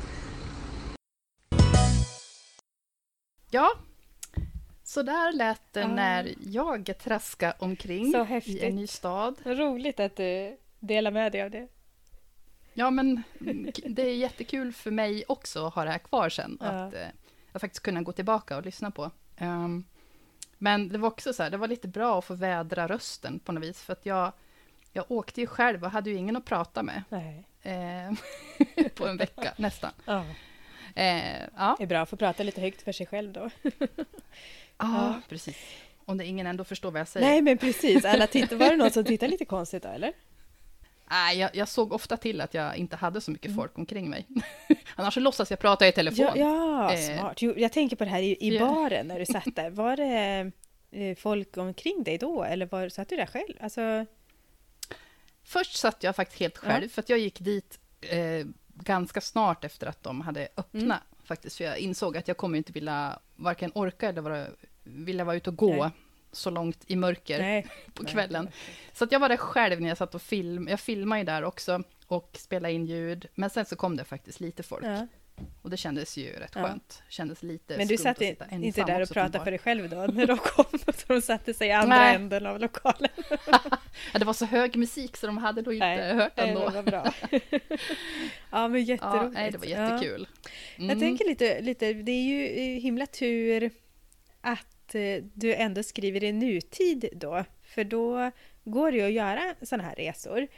Ja, så där lät det när jag traskade omkring i en ny stad. Roligt att du delar med dig av det. Ja, men det är jättekul för mig också att ha det här kvar sen. Att faktiskt kunna gå tillbaka och lyssna på. Men det var också så här, det var lite bra att få vädra rösten på något vis. För att jag åkte ju själv och hade ju ingen att prata med. På en vecka, nästan. Det är bra att få prata lite högt för sig själv då. Ja, precis. Om det ingen ändå förstår vad jag säger. Nej, men precis. Var det någon som tittade lite konstigt då, eller? Nej, jag såg ofta till att jag inte hade så mycket folk omkring mig. Annars så låtsas jag prata i telefon. Ja, smart. Jo, jag tänker på det här i baren när du satt där. Var det folk omkring dig då? Eller satt du där själv? Alltså... Först satt jag faktiskt helt själv. För att jag gick dit ganska snart efter att de hade öppnat. Faktiskt, för jag insåg att jag kommer inte vilja varken orka eller vilja vara ute och gå så långt i mörker på kvällen. Nej. Så att jag var där själv när jag satt och jag filmade ju där också och spelade in ljud. Men sen så kom det faktiskt lite folk. Ja. Och det kändes ju rätt skönt. Kändes lite. Men du satt inte där och pratade för dig själv då när de kom och de satte sig i andra änden av lokalen? Ja, det var så hög musik så de hade då inte hört den då. Det var bra. Ja, men jätteroligt. Ja, det var jättekul. Jag tänker lite, det är ju himla tur att du ändå skriver i nutid då. För då går det ju att göra sådana här resor.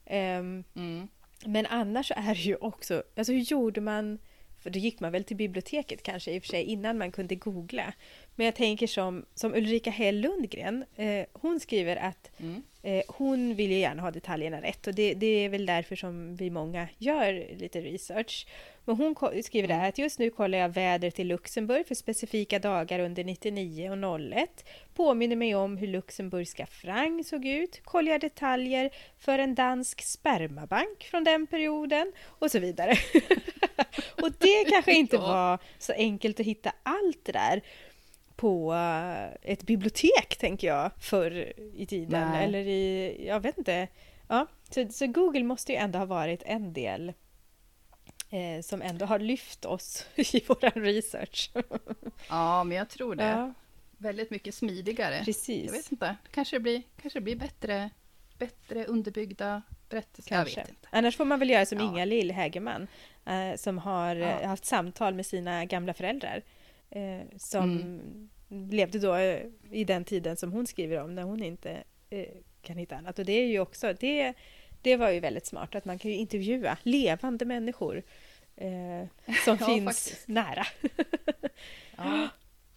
Men annars är det ju också, alltså hur gjorde man, för då gick man väl till biblioteket kanske i och för sig innan man kunde googla. Men jag tänker som Ulrika Häll Lundgren, hon skriver att hon vill ju gärna ha detaljerna rätt. Och det är väl därför som vi många gör lite research. Men hon skriver där att just nu kollar jag väder till Luxemburg för specifika dagar under 99 och 01. Påminner mig om hur luxemburgska franc såg ut. Kollar jag detaljer för en dansk spermabank från den perioden. Och så vidare. Och det kanske inte var så enkelt att hitta allt det där på ett bibliotek, tänker jag, förr i tiden. Nej. Eller jag vet inte. Ja, så Google måste ju ändå ha varit en del som ändå har lyft oss i vår research. Ja, men jag tror det. Ja. Väldigt mycket smidigare. Precis. Jag vet inte. Kanske blir bättre underbyggda berättelse. Kanske. Jag vet inte. Annars får man väl göra som Inga-Lill Hägerman som har haft samtal med sina gamla föräldrar som levde då i den tiden som hon skriver om, när hon inte kan hitta annat. Och det är ju också, det var ju väldigt smart, att man kan ju intervjua levande människor som finns faktiskt nära. Ja.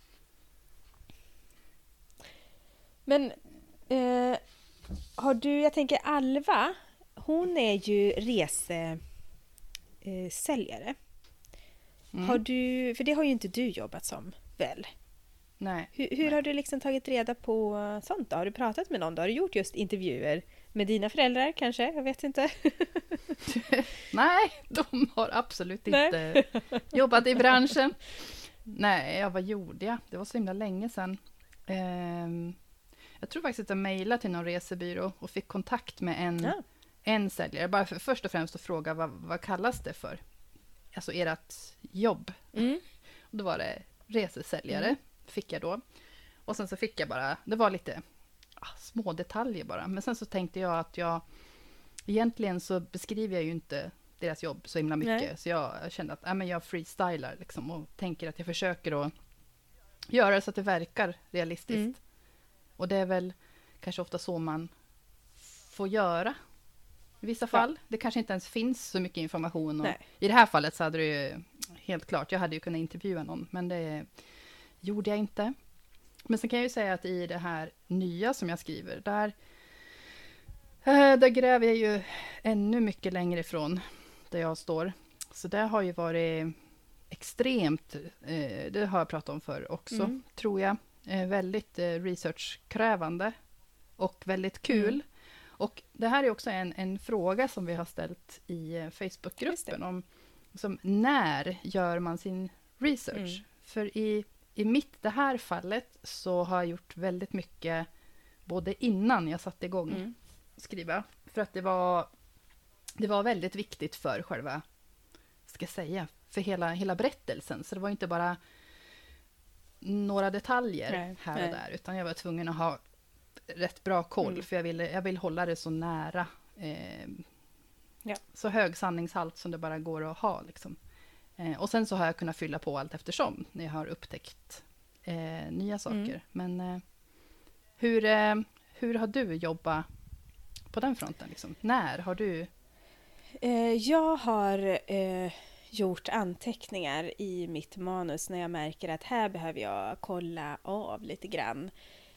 Men har du, jag tänker Alva, hon är ju resesäljare. Har du, för det har ju inte du jobbat som, väl? Nej. Hur har du liksom tagit reda på sånt då? Har du pratat med någon då? Har du gjort just intervjuer med dina föräldrar kanske? Jag vet inte. Nej, de har absolut inte jobbat i branschen. Nej, vad gjorde jag? Det var så himla länge sedan. Jag tror faktiskt att jag mejlade till någon resebyrå och fick kontakt med en säljare. Bara först och främst att fråga vad kallas det för? Alltså ert jobb. Och då var det resesäljare, fick jag då. Och sen så fick jag bara, det var lite små detaljer bara. Men sen så tänkte jag att egentligen så beskriver jag ju inte deras jobb så himla mycket. Nej. Så jag kände att jag freestylar liksom, och tänker att jag försöker att göra det så att det verkar realistiskt. Och det är väl kanske ofta så man får göra i vissa fall. Det kanske inte ens finns så mycket information. Och i det här fallet så hade det ju helt klart, jag hade ju kunnat intervjua någon, men det gjorde jag inte. Men sen kan jag ju säga att i det här nya som jag skriver, där gräver jag ju ännu mycket längre ifrån där jag står. Så det har ju varit extremt, det har jag pratat om förr också, tror jag. Väldigt researchkrävande och väldigt kul. Och det här är också en fråga som vi har ställt i Facebookgruppen om när gör man sin research? För i det här fallet så har jag gjort väldigt mycket både innan jag satte igång skriva. För att det var väldigt viktigt för själva, ska jag säga, för hela berättelsen. Så det var inte bara några detaljer här och där, utan jag var tvungen att ha rätt bra koll, för jag vill hålla det så nära så hög sanningshalt som det bara går att ha liksom. Och sen så har jag kunnat fylla på allt eftersom när jag har upptäckt nya saker. Men hur har du jobbat på den fronten liksom? När har du? Jag har gjort anteckningar i mitt manus när jag märker att här behöver jag kolla av lite grann.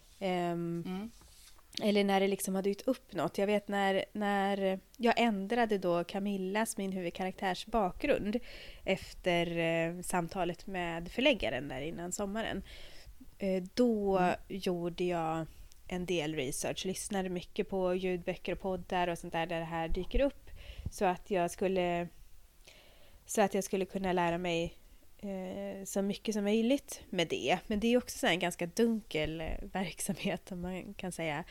Eller när det liksom har dykt upp något. Jag vet när jag ändrade då Camillas, min huvudkaraktärs bakgrund efter samtalet med förläggaren där innan sommaren. Då gjorde jag en del research, lyssnade mycket på ljudböcker och poddar och sånt där det här dyker upp, så att jag skulle kunna lära mig så mycket som möjligt med det. Men det är också så en ganska dunkel verksamhet, om man kan säga.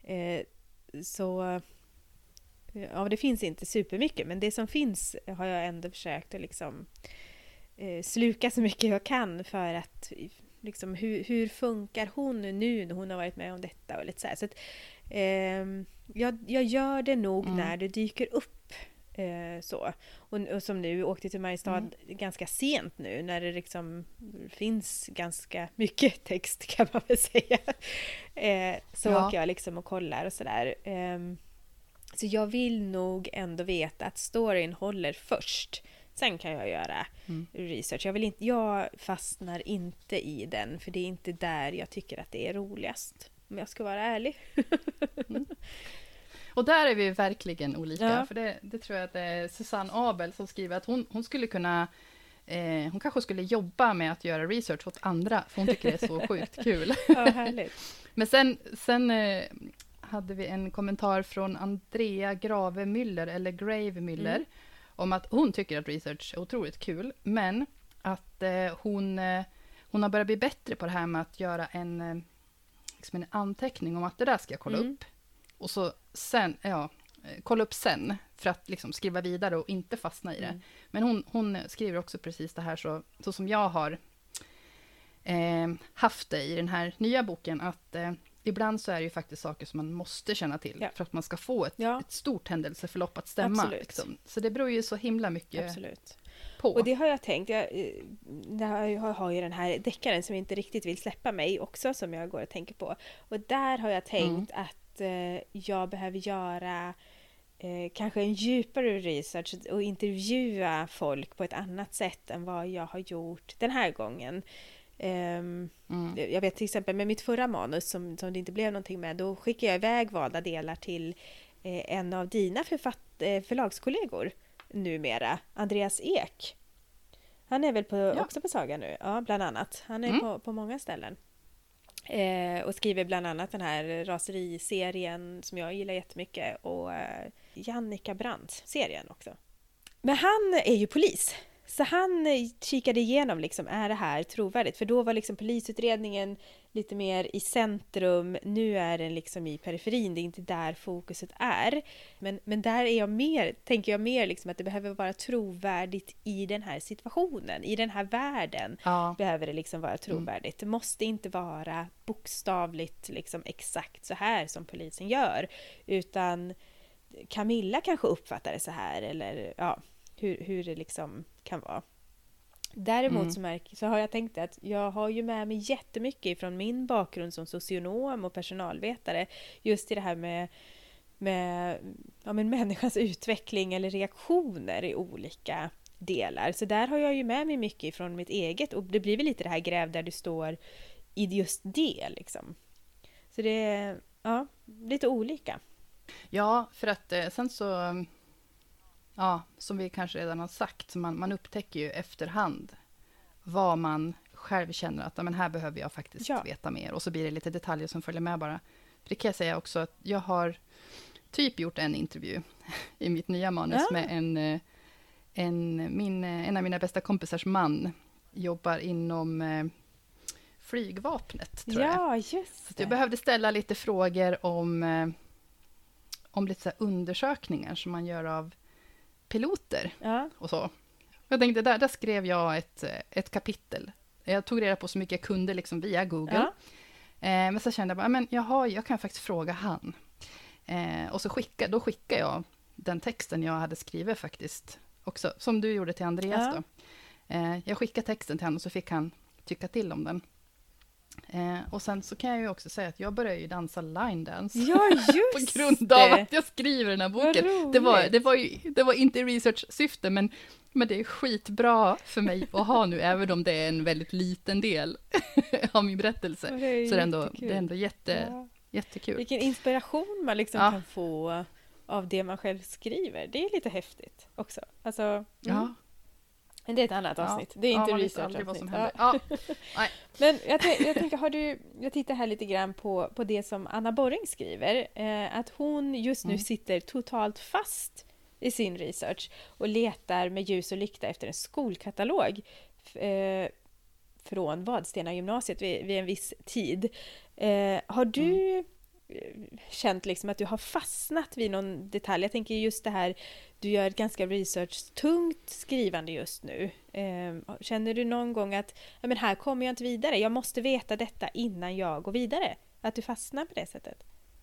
Så det finns inte supermycket, men det som finns har jag ändå försökt att liksom sluka så mycket jag kan, för att liksom, hur funkar hon nu när hon har varit med om detta och lite så här. Så att, jag gör det nog när det dyker upp. Så. Och som nu, åkte till Mariestad ganska sent nu, när det liksom finns ganska mycket text, kan man väl säga. Så åker jag liksom och kollar och sådär. Så jag vill nog ändå veta att storyn håller först. Sen kan jag göra research. Jag fastnar inte i den, för det är inte där jag tycker att det är roligast, om jag ska vara ärlig. Och där är vi verkligen olika, för det tror jag att det är Susanne Abel som skriver att hon skulle kunna, hon kanske skulle jobba med att göra research åt andra, för hon tycker det är så sjukt kul. Ja, härligt. Men sen hade vi en kommentar från Andrea Grave Müller, eller Grave Müller, om att hon tycker att research är otroligt kul, men att hon har börjat bli bättre på det här med att göra en anteckning om att det där ska jag kolla upp. Och så sen, kolla upp sen, för att liksom skriva vidare och inte fastna i det. Men hon skriver också precis det här så som jag har haft det i den här nya boken, att ibland så är det ju faktiskt saker som man måste känna till för att man ska få ett stort händelseförlopp att stämma. Liksom. Så det beror ju så himla mycket på. Och det har jag tänkt. Jag har ju den här deckaren som inte riktigt vill släppa mig också, som jag går och tänker på. Och där har jag tänkt att jag behöver göra kanske en djupare research och intervjua folk på ett annat sätt än vad jag har gjort den här gången. Jag vet till exempel med mitt förra manus som det inte blev någonting med, då skickade jag iväg valda delar till en av dina förlagskollegor numera, Andreas Ek. Han är väl också på Saga nu, bland annat. Han är på många ställen. Och skriver bland annat den här raseriserien som jag gillar jättemycket, och Jannica Brandt-serien också. Men han är ju polis. Så han kikade igenom, liksom, är det här trovärdigt? För då var liksom polisutredningen lite mer i centrum. Nu är den liksom i periferin, det är inte där fokuset är. Men där är tänker jag mer liksom att det behöver vara trovärdigt i den här situationen. I den här världen behöver det liksom vara trovärdigt. Det måste inte vara bokstavligt liksom exakt så här som polisen gör. Utan Camilla kanske uppfattar det så här, eller hur det liksom kan vara. Däremot så har jag tänkt att jag har ju med mig jättemycket från min bakgrund som socionom och personalvetare, just i det här med människans utveckling eller reaktioner i olika delar. Så där har jag ju med mig mycket från mitt eget, och det blir väl lite det här gräv där du står i just det liksom. Så det är lite olika. Ja, för att sen så som vi kanske redan har sagt, man upptäcker ju efterhand vad man själv känner att men här behöver jag faktiskt veta mer. Och så blir det lite detaljer som följer med bara. För det kan jag säga också att jag har typ gjort en intervju i mitt nya manus med en av mina bästa kompisars man. Jobbar inom flygvapnet, tror jag. Just det. Så jag behövde ställa lite frågor om lite så här undersökningar som man gör av piloter och så. Jag tänkte, där skrev jag ett kapitel. Jag tog reda på så mycket jag kunde liksom via Google. Men så kände jag bara, jag kan faktiskt fråga han. Och så skickade jag den texten jag hade skrivit faktiskt också, som du gjorde till Andreas då. Jag skickade texten till honom och så fick han tycka till om den. Och sen så kan jag ju också säga att jag började ju dansa line dance på grund av att jag skriver den här boken. Det var inte i research-syfte, men det är skitbra för mig att ha nu, även om det är en väldigt liten del av min berättelse. Så det är ändå jättekul. Vilken inspiration man liksom kan få av det man själv skriver. Det är lite häftigt också. Alltså, men det är ett annat avsnitt. Det är inte research-avsnitt. Men jag tänker, jag tittar här lite grann på det som Anna Borring skriver. Att hon just nu sitter totalt fast i sin research och letar med ljus och lykta efter en skolkatalog från Vadstena gymnasiet vid en viss tid. Har du känt liksom att du har fastnat vid någon detalj? Jag tänker just det här, du gör ett ganska research-tungt skrivande just nu. Känner du någon gång att här kommer jag inte vidare, jag måste veta detta innan jag går vidare? Att du fastnar på det sättet?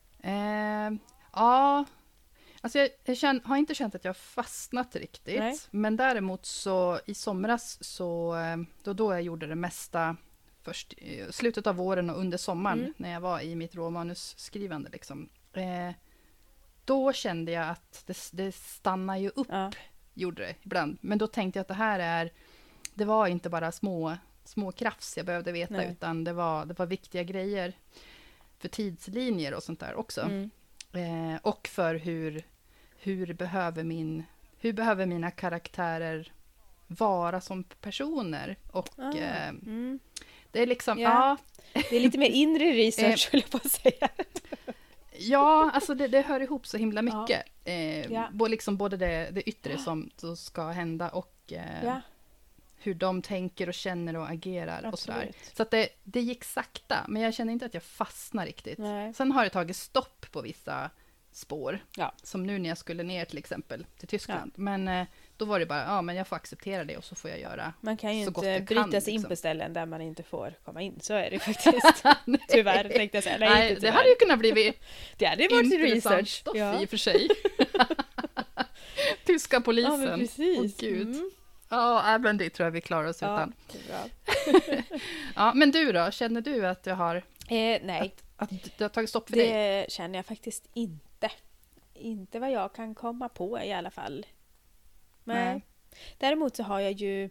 Alltså jag har inte känt att jag har fastnat riktigt. Nej. Men däremot så i somras så då jag gjorde det mesta först i slutet av våren och under sommaren när jag var i mitt råmanusskrivande liksom. Då kände jag att det stannar ju upp, gjorde det ibland. Men då tänkte jag att det var inte bara små krafs jag behövde veta, utan det var viktiga grejer för tidslinjer och sånt där också. Och för hur behöver mina karaktärer vara som personer. Och det är liksom, det är lite mer inre research, skulle jag på säga. Ja, alltså det hör ihop så himla mycket. Både det yttre som ska hända och hur de tänker och känner och agerar. Absolut. Och sådär. Så att det gick sakta, men jag känner inte att jag fastnar riktigt. Nej. Sen har det tagit stopp på vissa spår. Som nu när jag skulle ner till exempel till Tyskland. Men Då var det bara, men jag får acceptera det och så får jag göra man kan ju så inte gott bryta sig in på ställen där man inte får komma in. Så är det faktiskt. Tyvärr, tänkte jag säga. Nej, det hade ju kunnat bli det hade varit research stoff i och för sig. Tyska polisen. Ja, men precis. Åh, Gud. Ja, men det tror jag vi klarar oss utan. Det är bra. Ja, men du då? Känner du att du har... nej. Att du har tagit stopp för dig? Det känner jag faktiskt inte. Inte vad jag kan komma på i alla fall. Men däremot så har jag ju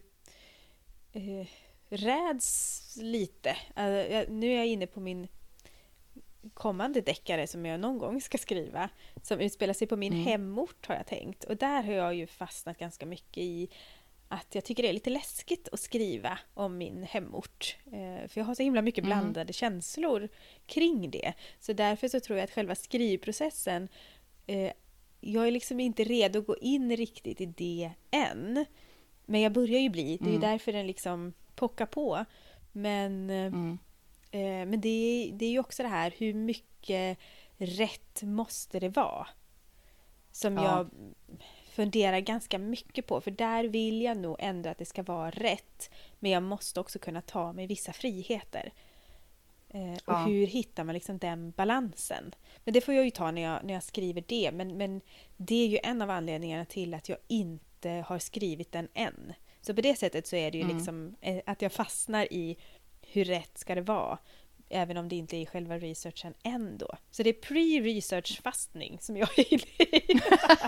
räds lite. Nu är jag inne på min kommande deckare som jag någon gång ska skriva. Som utspelar sig på min hemort har jag tänkt. Och där har jag ju fastnat ganska mycket i att jag tycker det är lite läskigt att skriva om min hemort. För jag har så himla mycket blandade känslor kring det. Så därför så tror jag att själva skrivprocessen, jag är liksom inte redo att gå in riktigt i det än. Men jag börjar ju bli. Det är ju därför den liksom pockar på. Men det är ju också det här, hur mycket rätt måste det vara? Som jag funderar ganska mycket på. För där vill jag nog ändå att det ska vara rätt. Men jag måste också kunna ta mig vissa friheter. Och hur hittar man liksom den balansen? Men det får jag ju ta när jag skriver det. Men det är ju en av anledningarna till att jag inte har skrivit den än. Så på det sättet så är det ju liksom att jag fastnar i hur rätt ska det vara. Även om det inte är själva researchen ändå. Så det är pre-research-fastning som jag är inne i.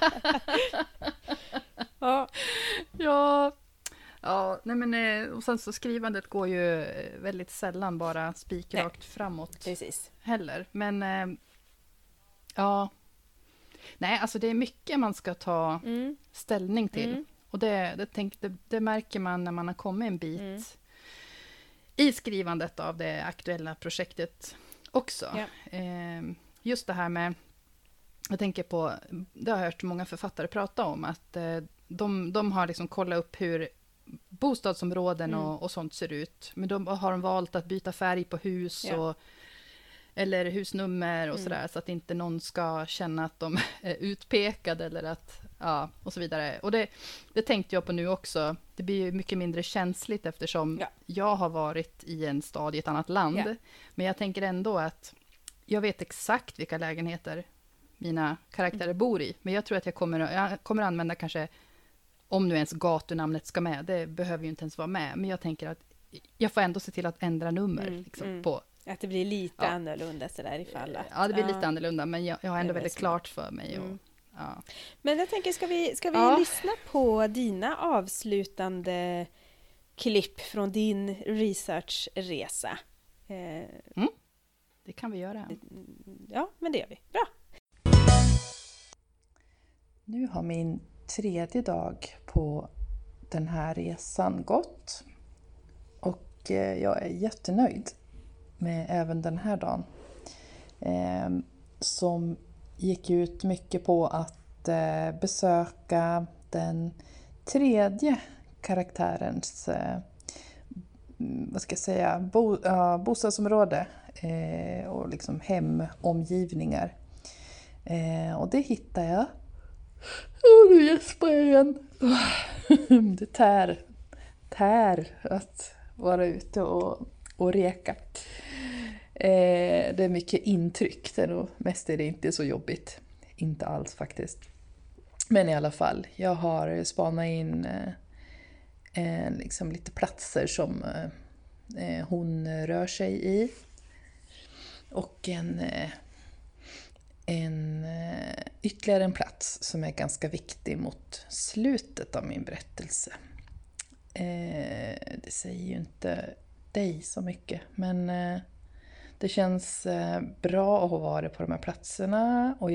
Nej men och sen så skrivandet går ju väldigt sällan bara spikrakt framåt. Precis. Heller. Men nej, alltså det är mycket man ska ta ställning till. Och det märker man när man har kommit en bit i skrivandet av det aktuella projektet också. Just det här med, jag tänker på, det har jag hört många författare prata om, att de har liksom kollat upp hur bostadsområden och sånt ser ut. Men då har de valt att byta färg på hus eller husnummer och sådär, så att inte någon ska känna att de är utpekade eller att, och så vidare. Och det tänkte jag på nu också. Det blir ju mycket mindre känsligt eftersom jag har varit i en stad i ett annat land. Men jag tänker ändå att jag vet exakt vilka lägenheter mina karaktärer bor i. Men jag tror att jag kommer använda kanske, om nu ens gatunamnet ska med, det behöver ju inte ens vara med. Men jag tänker att jag får ändå se till att ändra nummer liksom, på. Att det blir lite annorlunda sådär ifall att... Ja, det blir lite annorlunda, men jag har ändå väldigt klart för mig. Men jag tänker, ska vi lyssna på dina avslutande klipp från din researchresa? Det kan vi göra. Ja, men det gör vi. Bra! Nu har min 3:e dag på den här resan gått. Och jag är jättenöjd med även den här dagen. Som gick ut mycket på att besöka den 3:e karaktärens bostadsområde och liksom hemomgivningar. Och det hittade jag. Nu gäspar jag igen. Det tär att vara ute och reka. Det är mycket intryck. Mest är det inte så jobbigt. Inte alls faktiskt. Men i alla fall, jag har spanat in liksom lite platser som hon rör sig i. Och ytterligare en plats som är ganska viktig mot slutet av min berättelse. Det säger ju inte dig så mycket, men det känns bra att ha varit på de här platserna, och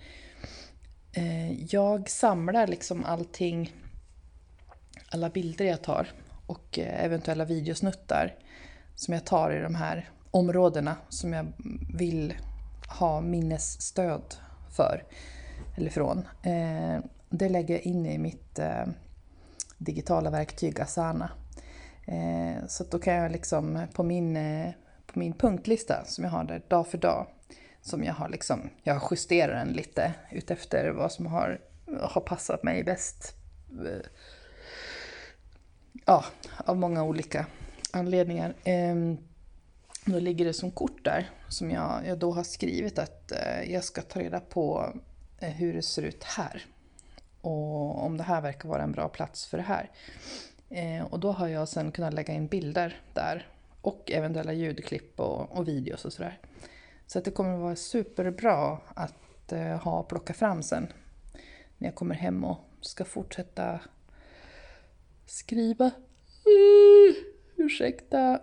jag samlar liksom allting, alla bilder jag tar och eventuella videosnuttar som jag tar i de här områdena som jag vill ha minnesstöd för eller från. Det lägger jag in i mitt digitala verktyg Asana. Så då kan jag liksom på min punktlista som jag har där dag för dag, som jag justerar den lite utefter vad som har passat mig bäst av många olika anledningar. Då ligger det som kort där som jag då har skrivit att jag ska ta reda på hur det ser ut här. Och om det här verkar vara en bra plats för det här. Och då har jag sen kunnat lägga in bilder där. Och eventuella ljudklipp och videos och sådär. Så att det kommer att vara superbra att plocka fram sen. När jag kommer hem och ska fortsätta skriva. Ursäkta.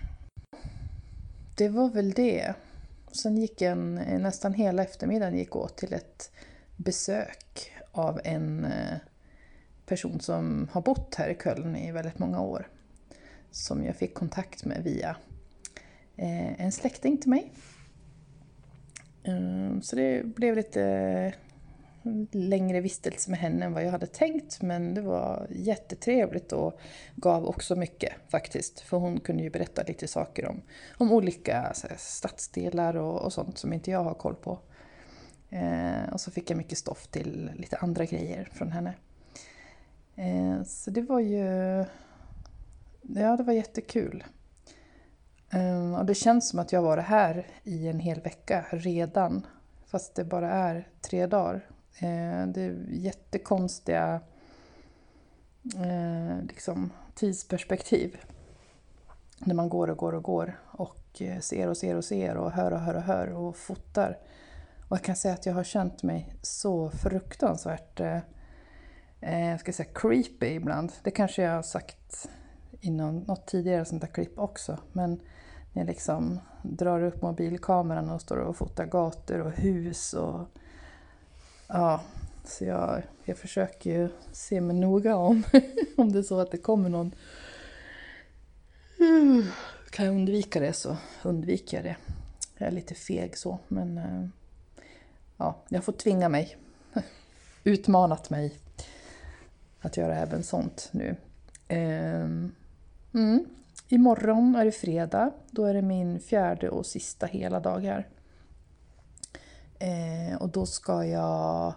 Det var väl det. Sen gick nästan hela eftermiddagen gick åt till ett besök av en person som har bott här i Köln i väldigt många år. Som jag fick kontakt med via en släkting till mig. Så det blev lite längre vistelse med henne än vad jag hade tänkt. Men det var jättetrevligt och gav också mycket faktiskt. För hon kunde ju berätta lite saker om olika stadsdelar och sånt som inte jag har koll på. Och så fick jag mycket stoff till lite andra grejer från henne. Så det var ju... Ja, det var jättekul. Och det känns som att jag var här i en hel vecka redan. Fast det bara är 3 dagar. Det är jättekonstiga tidsperspektiv. När man går och ser och hör och fotar. Och jag kan säga att jag har känt mig så fruktansvärt creepy ibland. Det kanske jag har sagt i något tidigare sånt där klipp också. Men när jag liksom drar upp mobilkameran och står och fotar gator och hus. Och, ja, så jag försöker ju se mig noga om det är så att det kommer någon. Kan jag undvika det så undviker jag det. Jag är lite feg så. Men jag får tvinga mig. Utmanat mig att göra även sånt nu. Imorgon är det fredag. Då är det min 4:e och sista hela dag här. Och då ska jag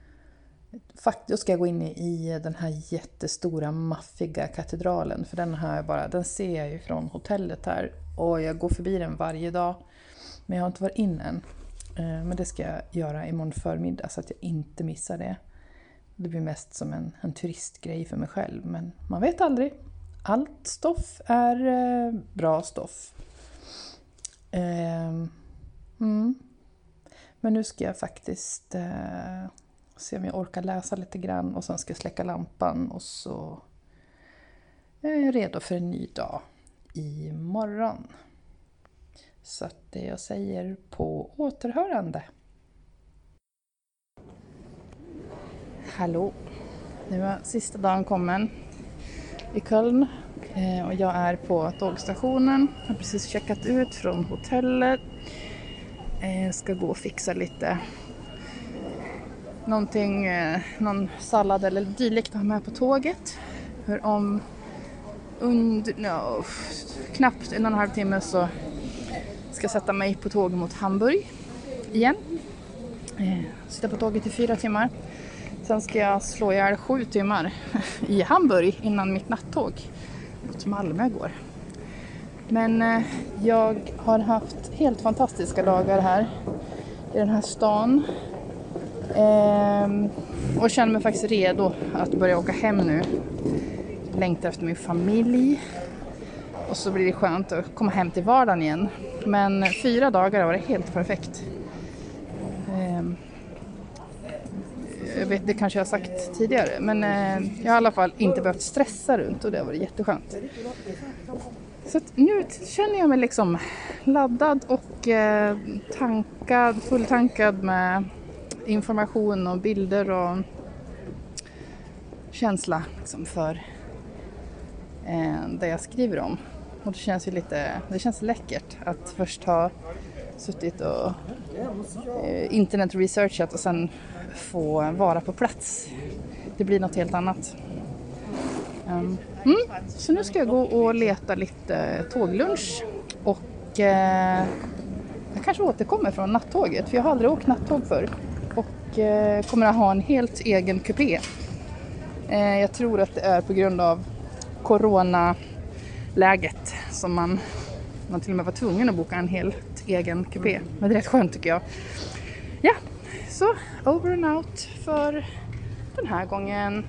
gå in i den här jättestora maffiga katedralen. För den ser jag ju från hotellet här. Och jag går förbi den varje dag. Men jag har inte varit in än. Men det ska jag göra imorgon förmiddag så att jag inte missar det. Det blir mest som en turistgrej för mig själv. Men man vet aldrig. Allt stoff är bra stoff. Men nu ska jag faktiskt se om jag orkar läsa lite grann. Och sen ska jag släcka lampan. Och så är jag redo för en ny dag imorgon. Så att det jag säger på återhörande. Hallå, nu är sista dagen kommen i Köln och jag är på tågstationen. Jag har precis checkat ut från hotellet. Jag ska gå och fixa lite någon sallad eller dylikt att ha med på tåget. För om knappt 1,5 timme så ska jag sätta mig på tåg mot Hamburg igen. Sitta på tåget i 4 timmar. Sen ska jag slå ihjäl 7 timmar i Hamburg innan mitt nattåg mot Malmö går. Men jag har haft helt fantastiska dagar här i den här stan. Och känner mig faktiskt redo att börja åka hem nu. Längtar efter min familj. Och så blir det skönt att komma hem till vardagen igen. Men 4 dagar var det helt perfekt. Jag vet, det kanske jag har sagt tidigare. Men jag har i alla fall inte behövt stressa runt och det har varit jätteskönt. Så att nu känner jag mig liksom laddad och fulltankad med information och bilder och känsla liksom för det jag skriver om. Och det känns läckert att först ha suttit och internetresearchat och sen få vara på plats. Det blir något helt annat. Så nu ska jag gå och leta lite tåglunch och jag kanske återkommer från nattåget för jag har aldrig åkt nattåg förr och kommer att ha en helt egen kupé Jag tror att det är på grund av coronaläget som man till och med var tvungen att boka en helt egen kupé. Men det är rätt skönt tycker jag. Ja, så over and out för den här gången.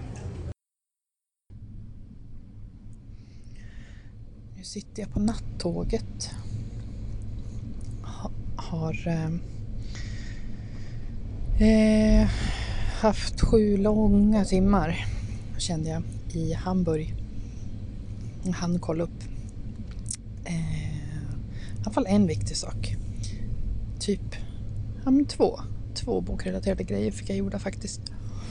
Nu sitter jag på nattåget. Har haft 7 långa timmar, kände jag, i Hamburg. Jag hann kolla upp i alla fall en viktig sak. Typ två bokrelaterade grejer fick jag gjorda faktiskt.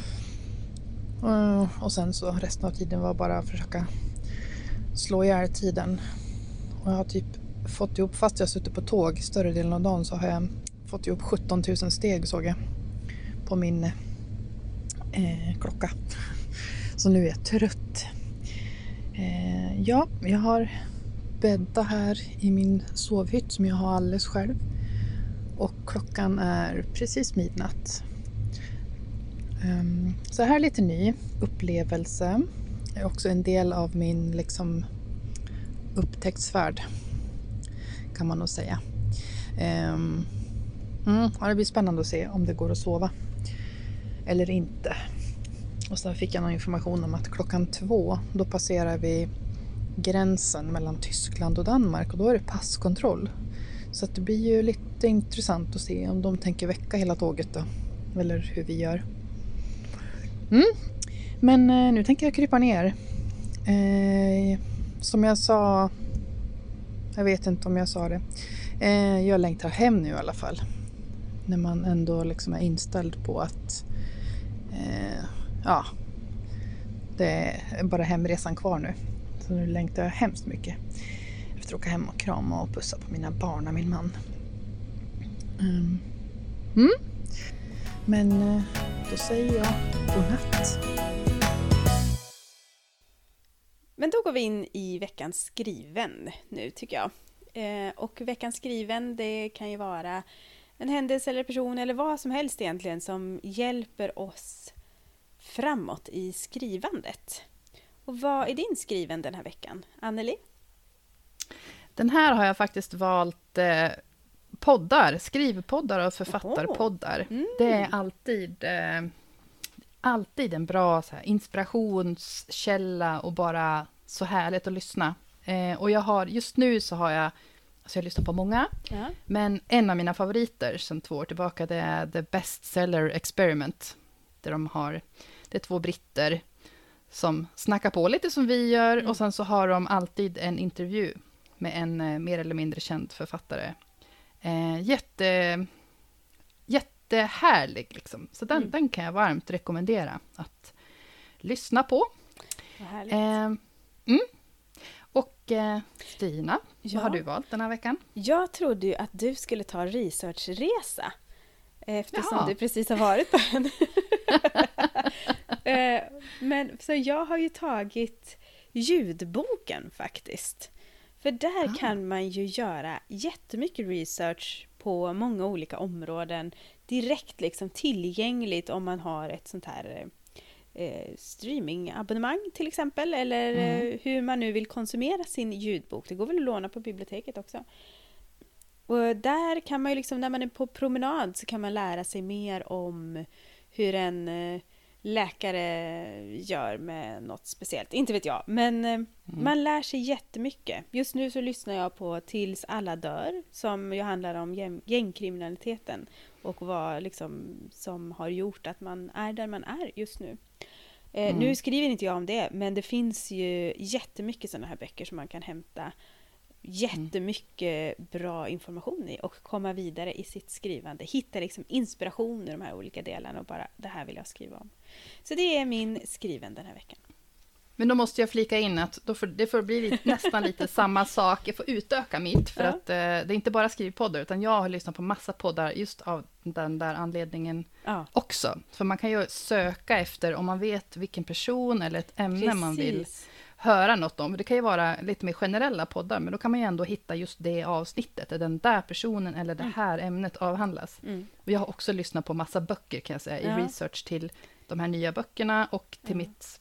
Och sen så resten av tiden var bara att försöka slå ihjäl tiden. Och jag har typ fått ihop, fast jag suttit på tåg större delen av dagen, så har jag fått ihop 17 000 steg, såg jag på min klocka. Så nu är jag trött. Ja, jag har bäddat här i min sovhytt som jag har alldeles själv. Och klockan är precis midnatt. Så här lite ny upplevelse. Det är också en del av min liksom upptäcktsfärd, kan man nog säga. Det blir spännande att se om det går att sova eller inte. Och så fick jag någon information om att 2:00 då passerar vi gränsen mellan Tyskland och Danmark, och då är det passkontroll. Så att det blir ju lite intressant att se om de tänker väcka hela tåget då, eller hur vi gör. Men nu tänker jag krypa ner. Som jag sa, jag vet inte om jag sa det, jag längtar hem nu i alla fall. När man ändå liksom är inställd på att det är bara hemresan kvar nu. Så nu längtar jag hemskt mycket efter att åka hem och krama och pussa på mina barn och min man. Men då säger jag godnatt. Men då går vi in i veckans skriven nu, tycker jag. Och veckans skriven, det kan ju vara en händelse eller person eller vad som helst egentligen som hjälper oss framåt i skrivandet. Och vad är din skriven den här veckan, Anneli? Den här har jag faktiskt valt skrivpoddar och författarpoddar. Det är alltid en bra så här, inspirationskälla och bara så härligt att lyssna. Och just nu så har jag lyssnat på många, men en av mina favoriter sedan 2 år tillbaka, det är The Bestseller Experiment. Där det är 2 britter som snackar på lite som vi gör, och sen så har de alltid en intervju med en mer eller mindre känd författare. Jättehärlig liksom. Så den kan jag varmt rekommendera att lyssna på. Vad härligt. Och Stina, vad har du valt den här veckan? Jag trodde ju att du skulle ta researchresa, eftersom du precis har varit på den. Men så jag har ju tagit ljudboken faktiskt. För där kan man ju göra jättemycket research på många olika områden direkt liksom tillgängligt om man har ett sånt här streamingabonnemang till exempel, eller hur man nu vill konsumera sin ljudbok. Det går väl att låna på biblioteket också. Och där kan man ju liksom, när man är på promenad, så kan man lära sig mer om hur en läkare gör med något speciellt. Inte vet jag, men man lär sig jättemycket. Just nu så lyssnar jag på Tills alla dör, som ju handlar om gängkriminaliteten och vad liksom som har gjort att man är där man är just nu. Nu skriver inte jag om det, men det finns ju jättemycket sådana här böcker som man kan hämta jättemycket bra information i och komma vidare i sitt skrivande. Hitta liksom inspiration i de här olika delarna och bara, det här vill jag skriva om. Så det är min skriven den här veckan. Men då måste jag flika in att det får bli nästan lite samma sak. Jag får utöka mitt, för att det är inte bara skrivpoddar, utan jag har lyssnat på massa poddar just av den där anledningen också. För man kan ju söka efter, om man vet vilken person eller ett ämne man vill höra något om. Det kan ju vara lite mer generella poddar, men då kan man ju ändå hitta just det avsnittet, där den där personen eller det här ämnet avhandlas. Och jag har också lyssnat på massa böcker, kan jag säga, i research till de här nya böckerna och till mitt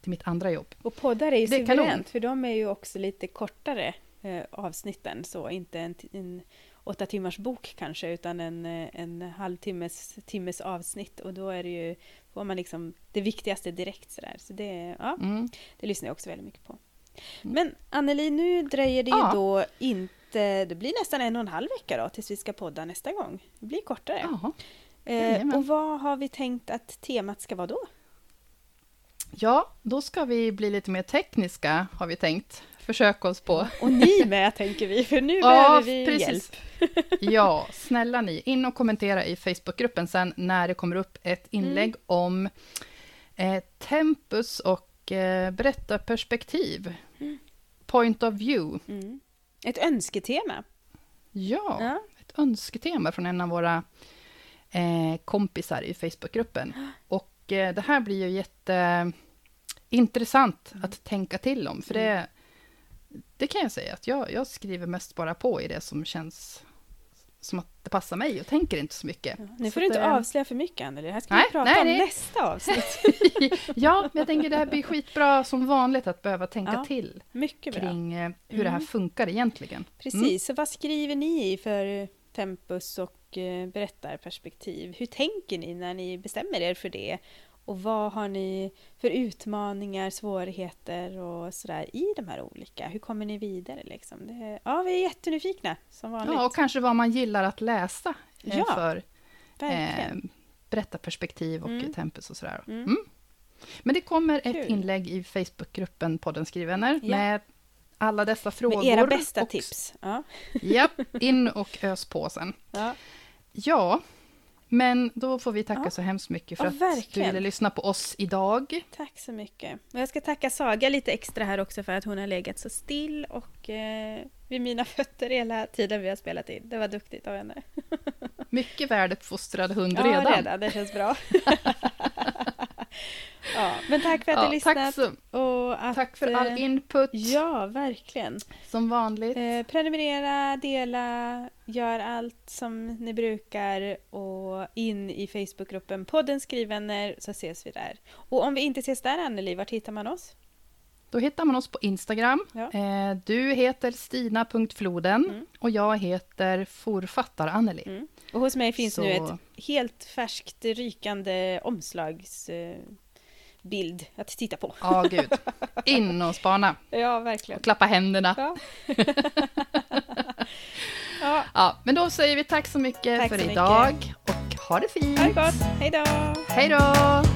till mitt andra jobb. Och poddar är ju Det är suveränt, kanon. för de är ju också lite kortare avsnitten, så inte en 8 timmars bok kanske, utan en halvtimmes avsnitt, och då är det ju, får man liksom det viktigaste direkt sådär. Så det, ja, det lyssnar jag också väldigt mycket på. Men Anneli, nu dröjer det ju då inte, det blir nästan 1,5 vecka då tills vi ska podda nästa gång. Det blir kortare. Och vad har vi tänkt att temat ska vara då? Ja, då ska vi bli lite mer tekniska, har vi tänkt. Försöka oss på. Och ni med, tänker vi, för nu behöver vi hjälp. Ja, snälla ni, in och kommentera i Facebookgruppen sen när det kommer upp ett inlägg om tempus och berättarperspektiv. Point of view. Ett önsketema. Ja, ett önsketema från en av våra kompisar i Facebookgruppen. Och det här blir ju jätteintressant att tänka till om, för det kan jag säga att jag skriver mest bara på i det som känns som att det passar mig och tänker inte så mycket. Nu får du inte avslöja för mycket, Anneli. Det här ska vi prata om nästa avsnitt. Ja, men jag tänker det här blir skitbra som vanligt att behöva tänka till mycket bra. Kring hur det här funkar egentligen. Precis, så vad skriver ni i för tempus och berättarperspektiv? Hur tänker ni när ni bestämmer er för det? Och vad har ni för utmaningar, svårigheter och sådär i de här olika? Hur kommer ni vidare liksom? Vi är jättenyfikna som vanligt. Ja, och kanske vad man gillar att läsa för berättarperspektiv och tempus och sådär. Men det kommer ett inlägg i Facebookgruppen Podden Skrivvänner med alla dessa frågor. Med era bästa tips. Ja, in och ös på sen. Ja, men då får vi tacka så hemskt mycket för att du ville lyssna på oss idag. Tack så mycket. Och jag ska tacka Saga lite extra här också för att hon har legat så still och vid mina fötter hela tiden vi har spelat in. Det var duktigt av henne. Mycket väluppfostrad hund redan. Ja, redan. Det känns bra. Men tack för att du lyssnat. Tack för all input. Ja, verkligen. Som vanligt. Prenumerera, dela, gör allt som ni brukar och in i Facebookgruppen Podden Skrivvänner så ses vi där. Och om vi inte ses där, Anneli, vart hittar man oss? Då hittar man oss på Instagram. Du heter Stina.floden och jag heter Forfattar-Anneli. Och hos mig finns nu ett helt färskt rykande omslagsbild att titta på. Ja, gud. In och spana. Ja, verkligen. Och klappa händerna. Ja, men då säger vi tack så mycket för idag. Och ha det fint. Ha det gott. Hej då. Hej då.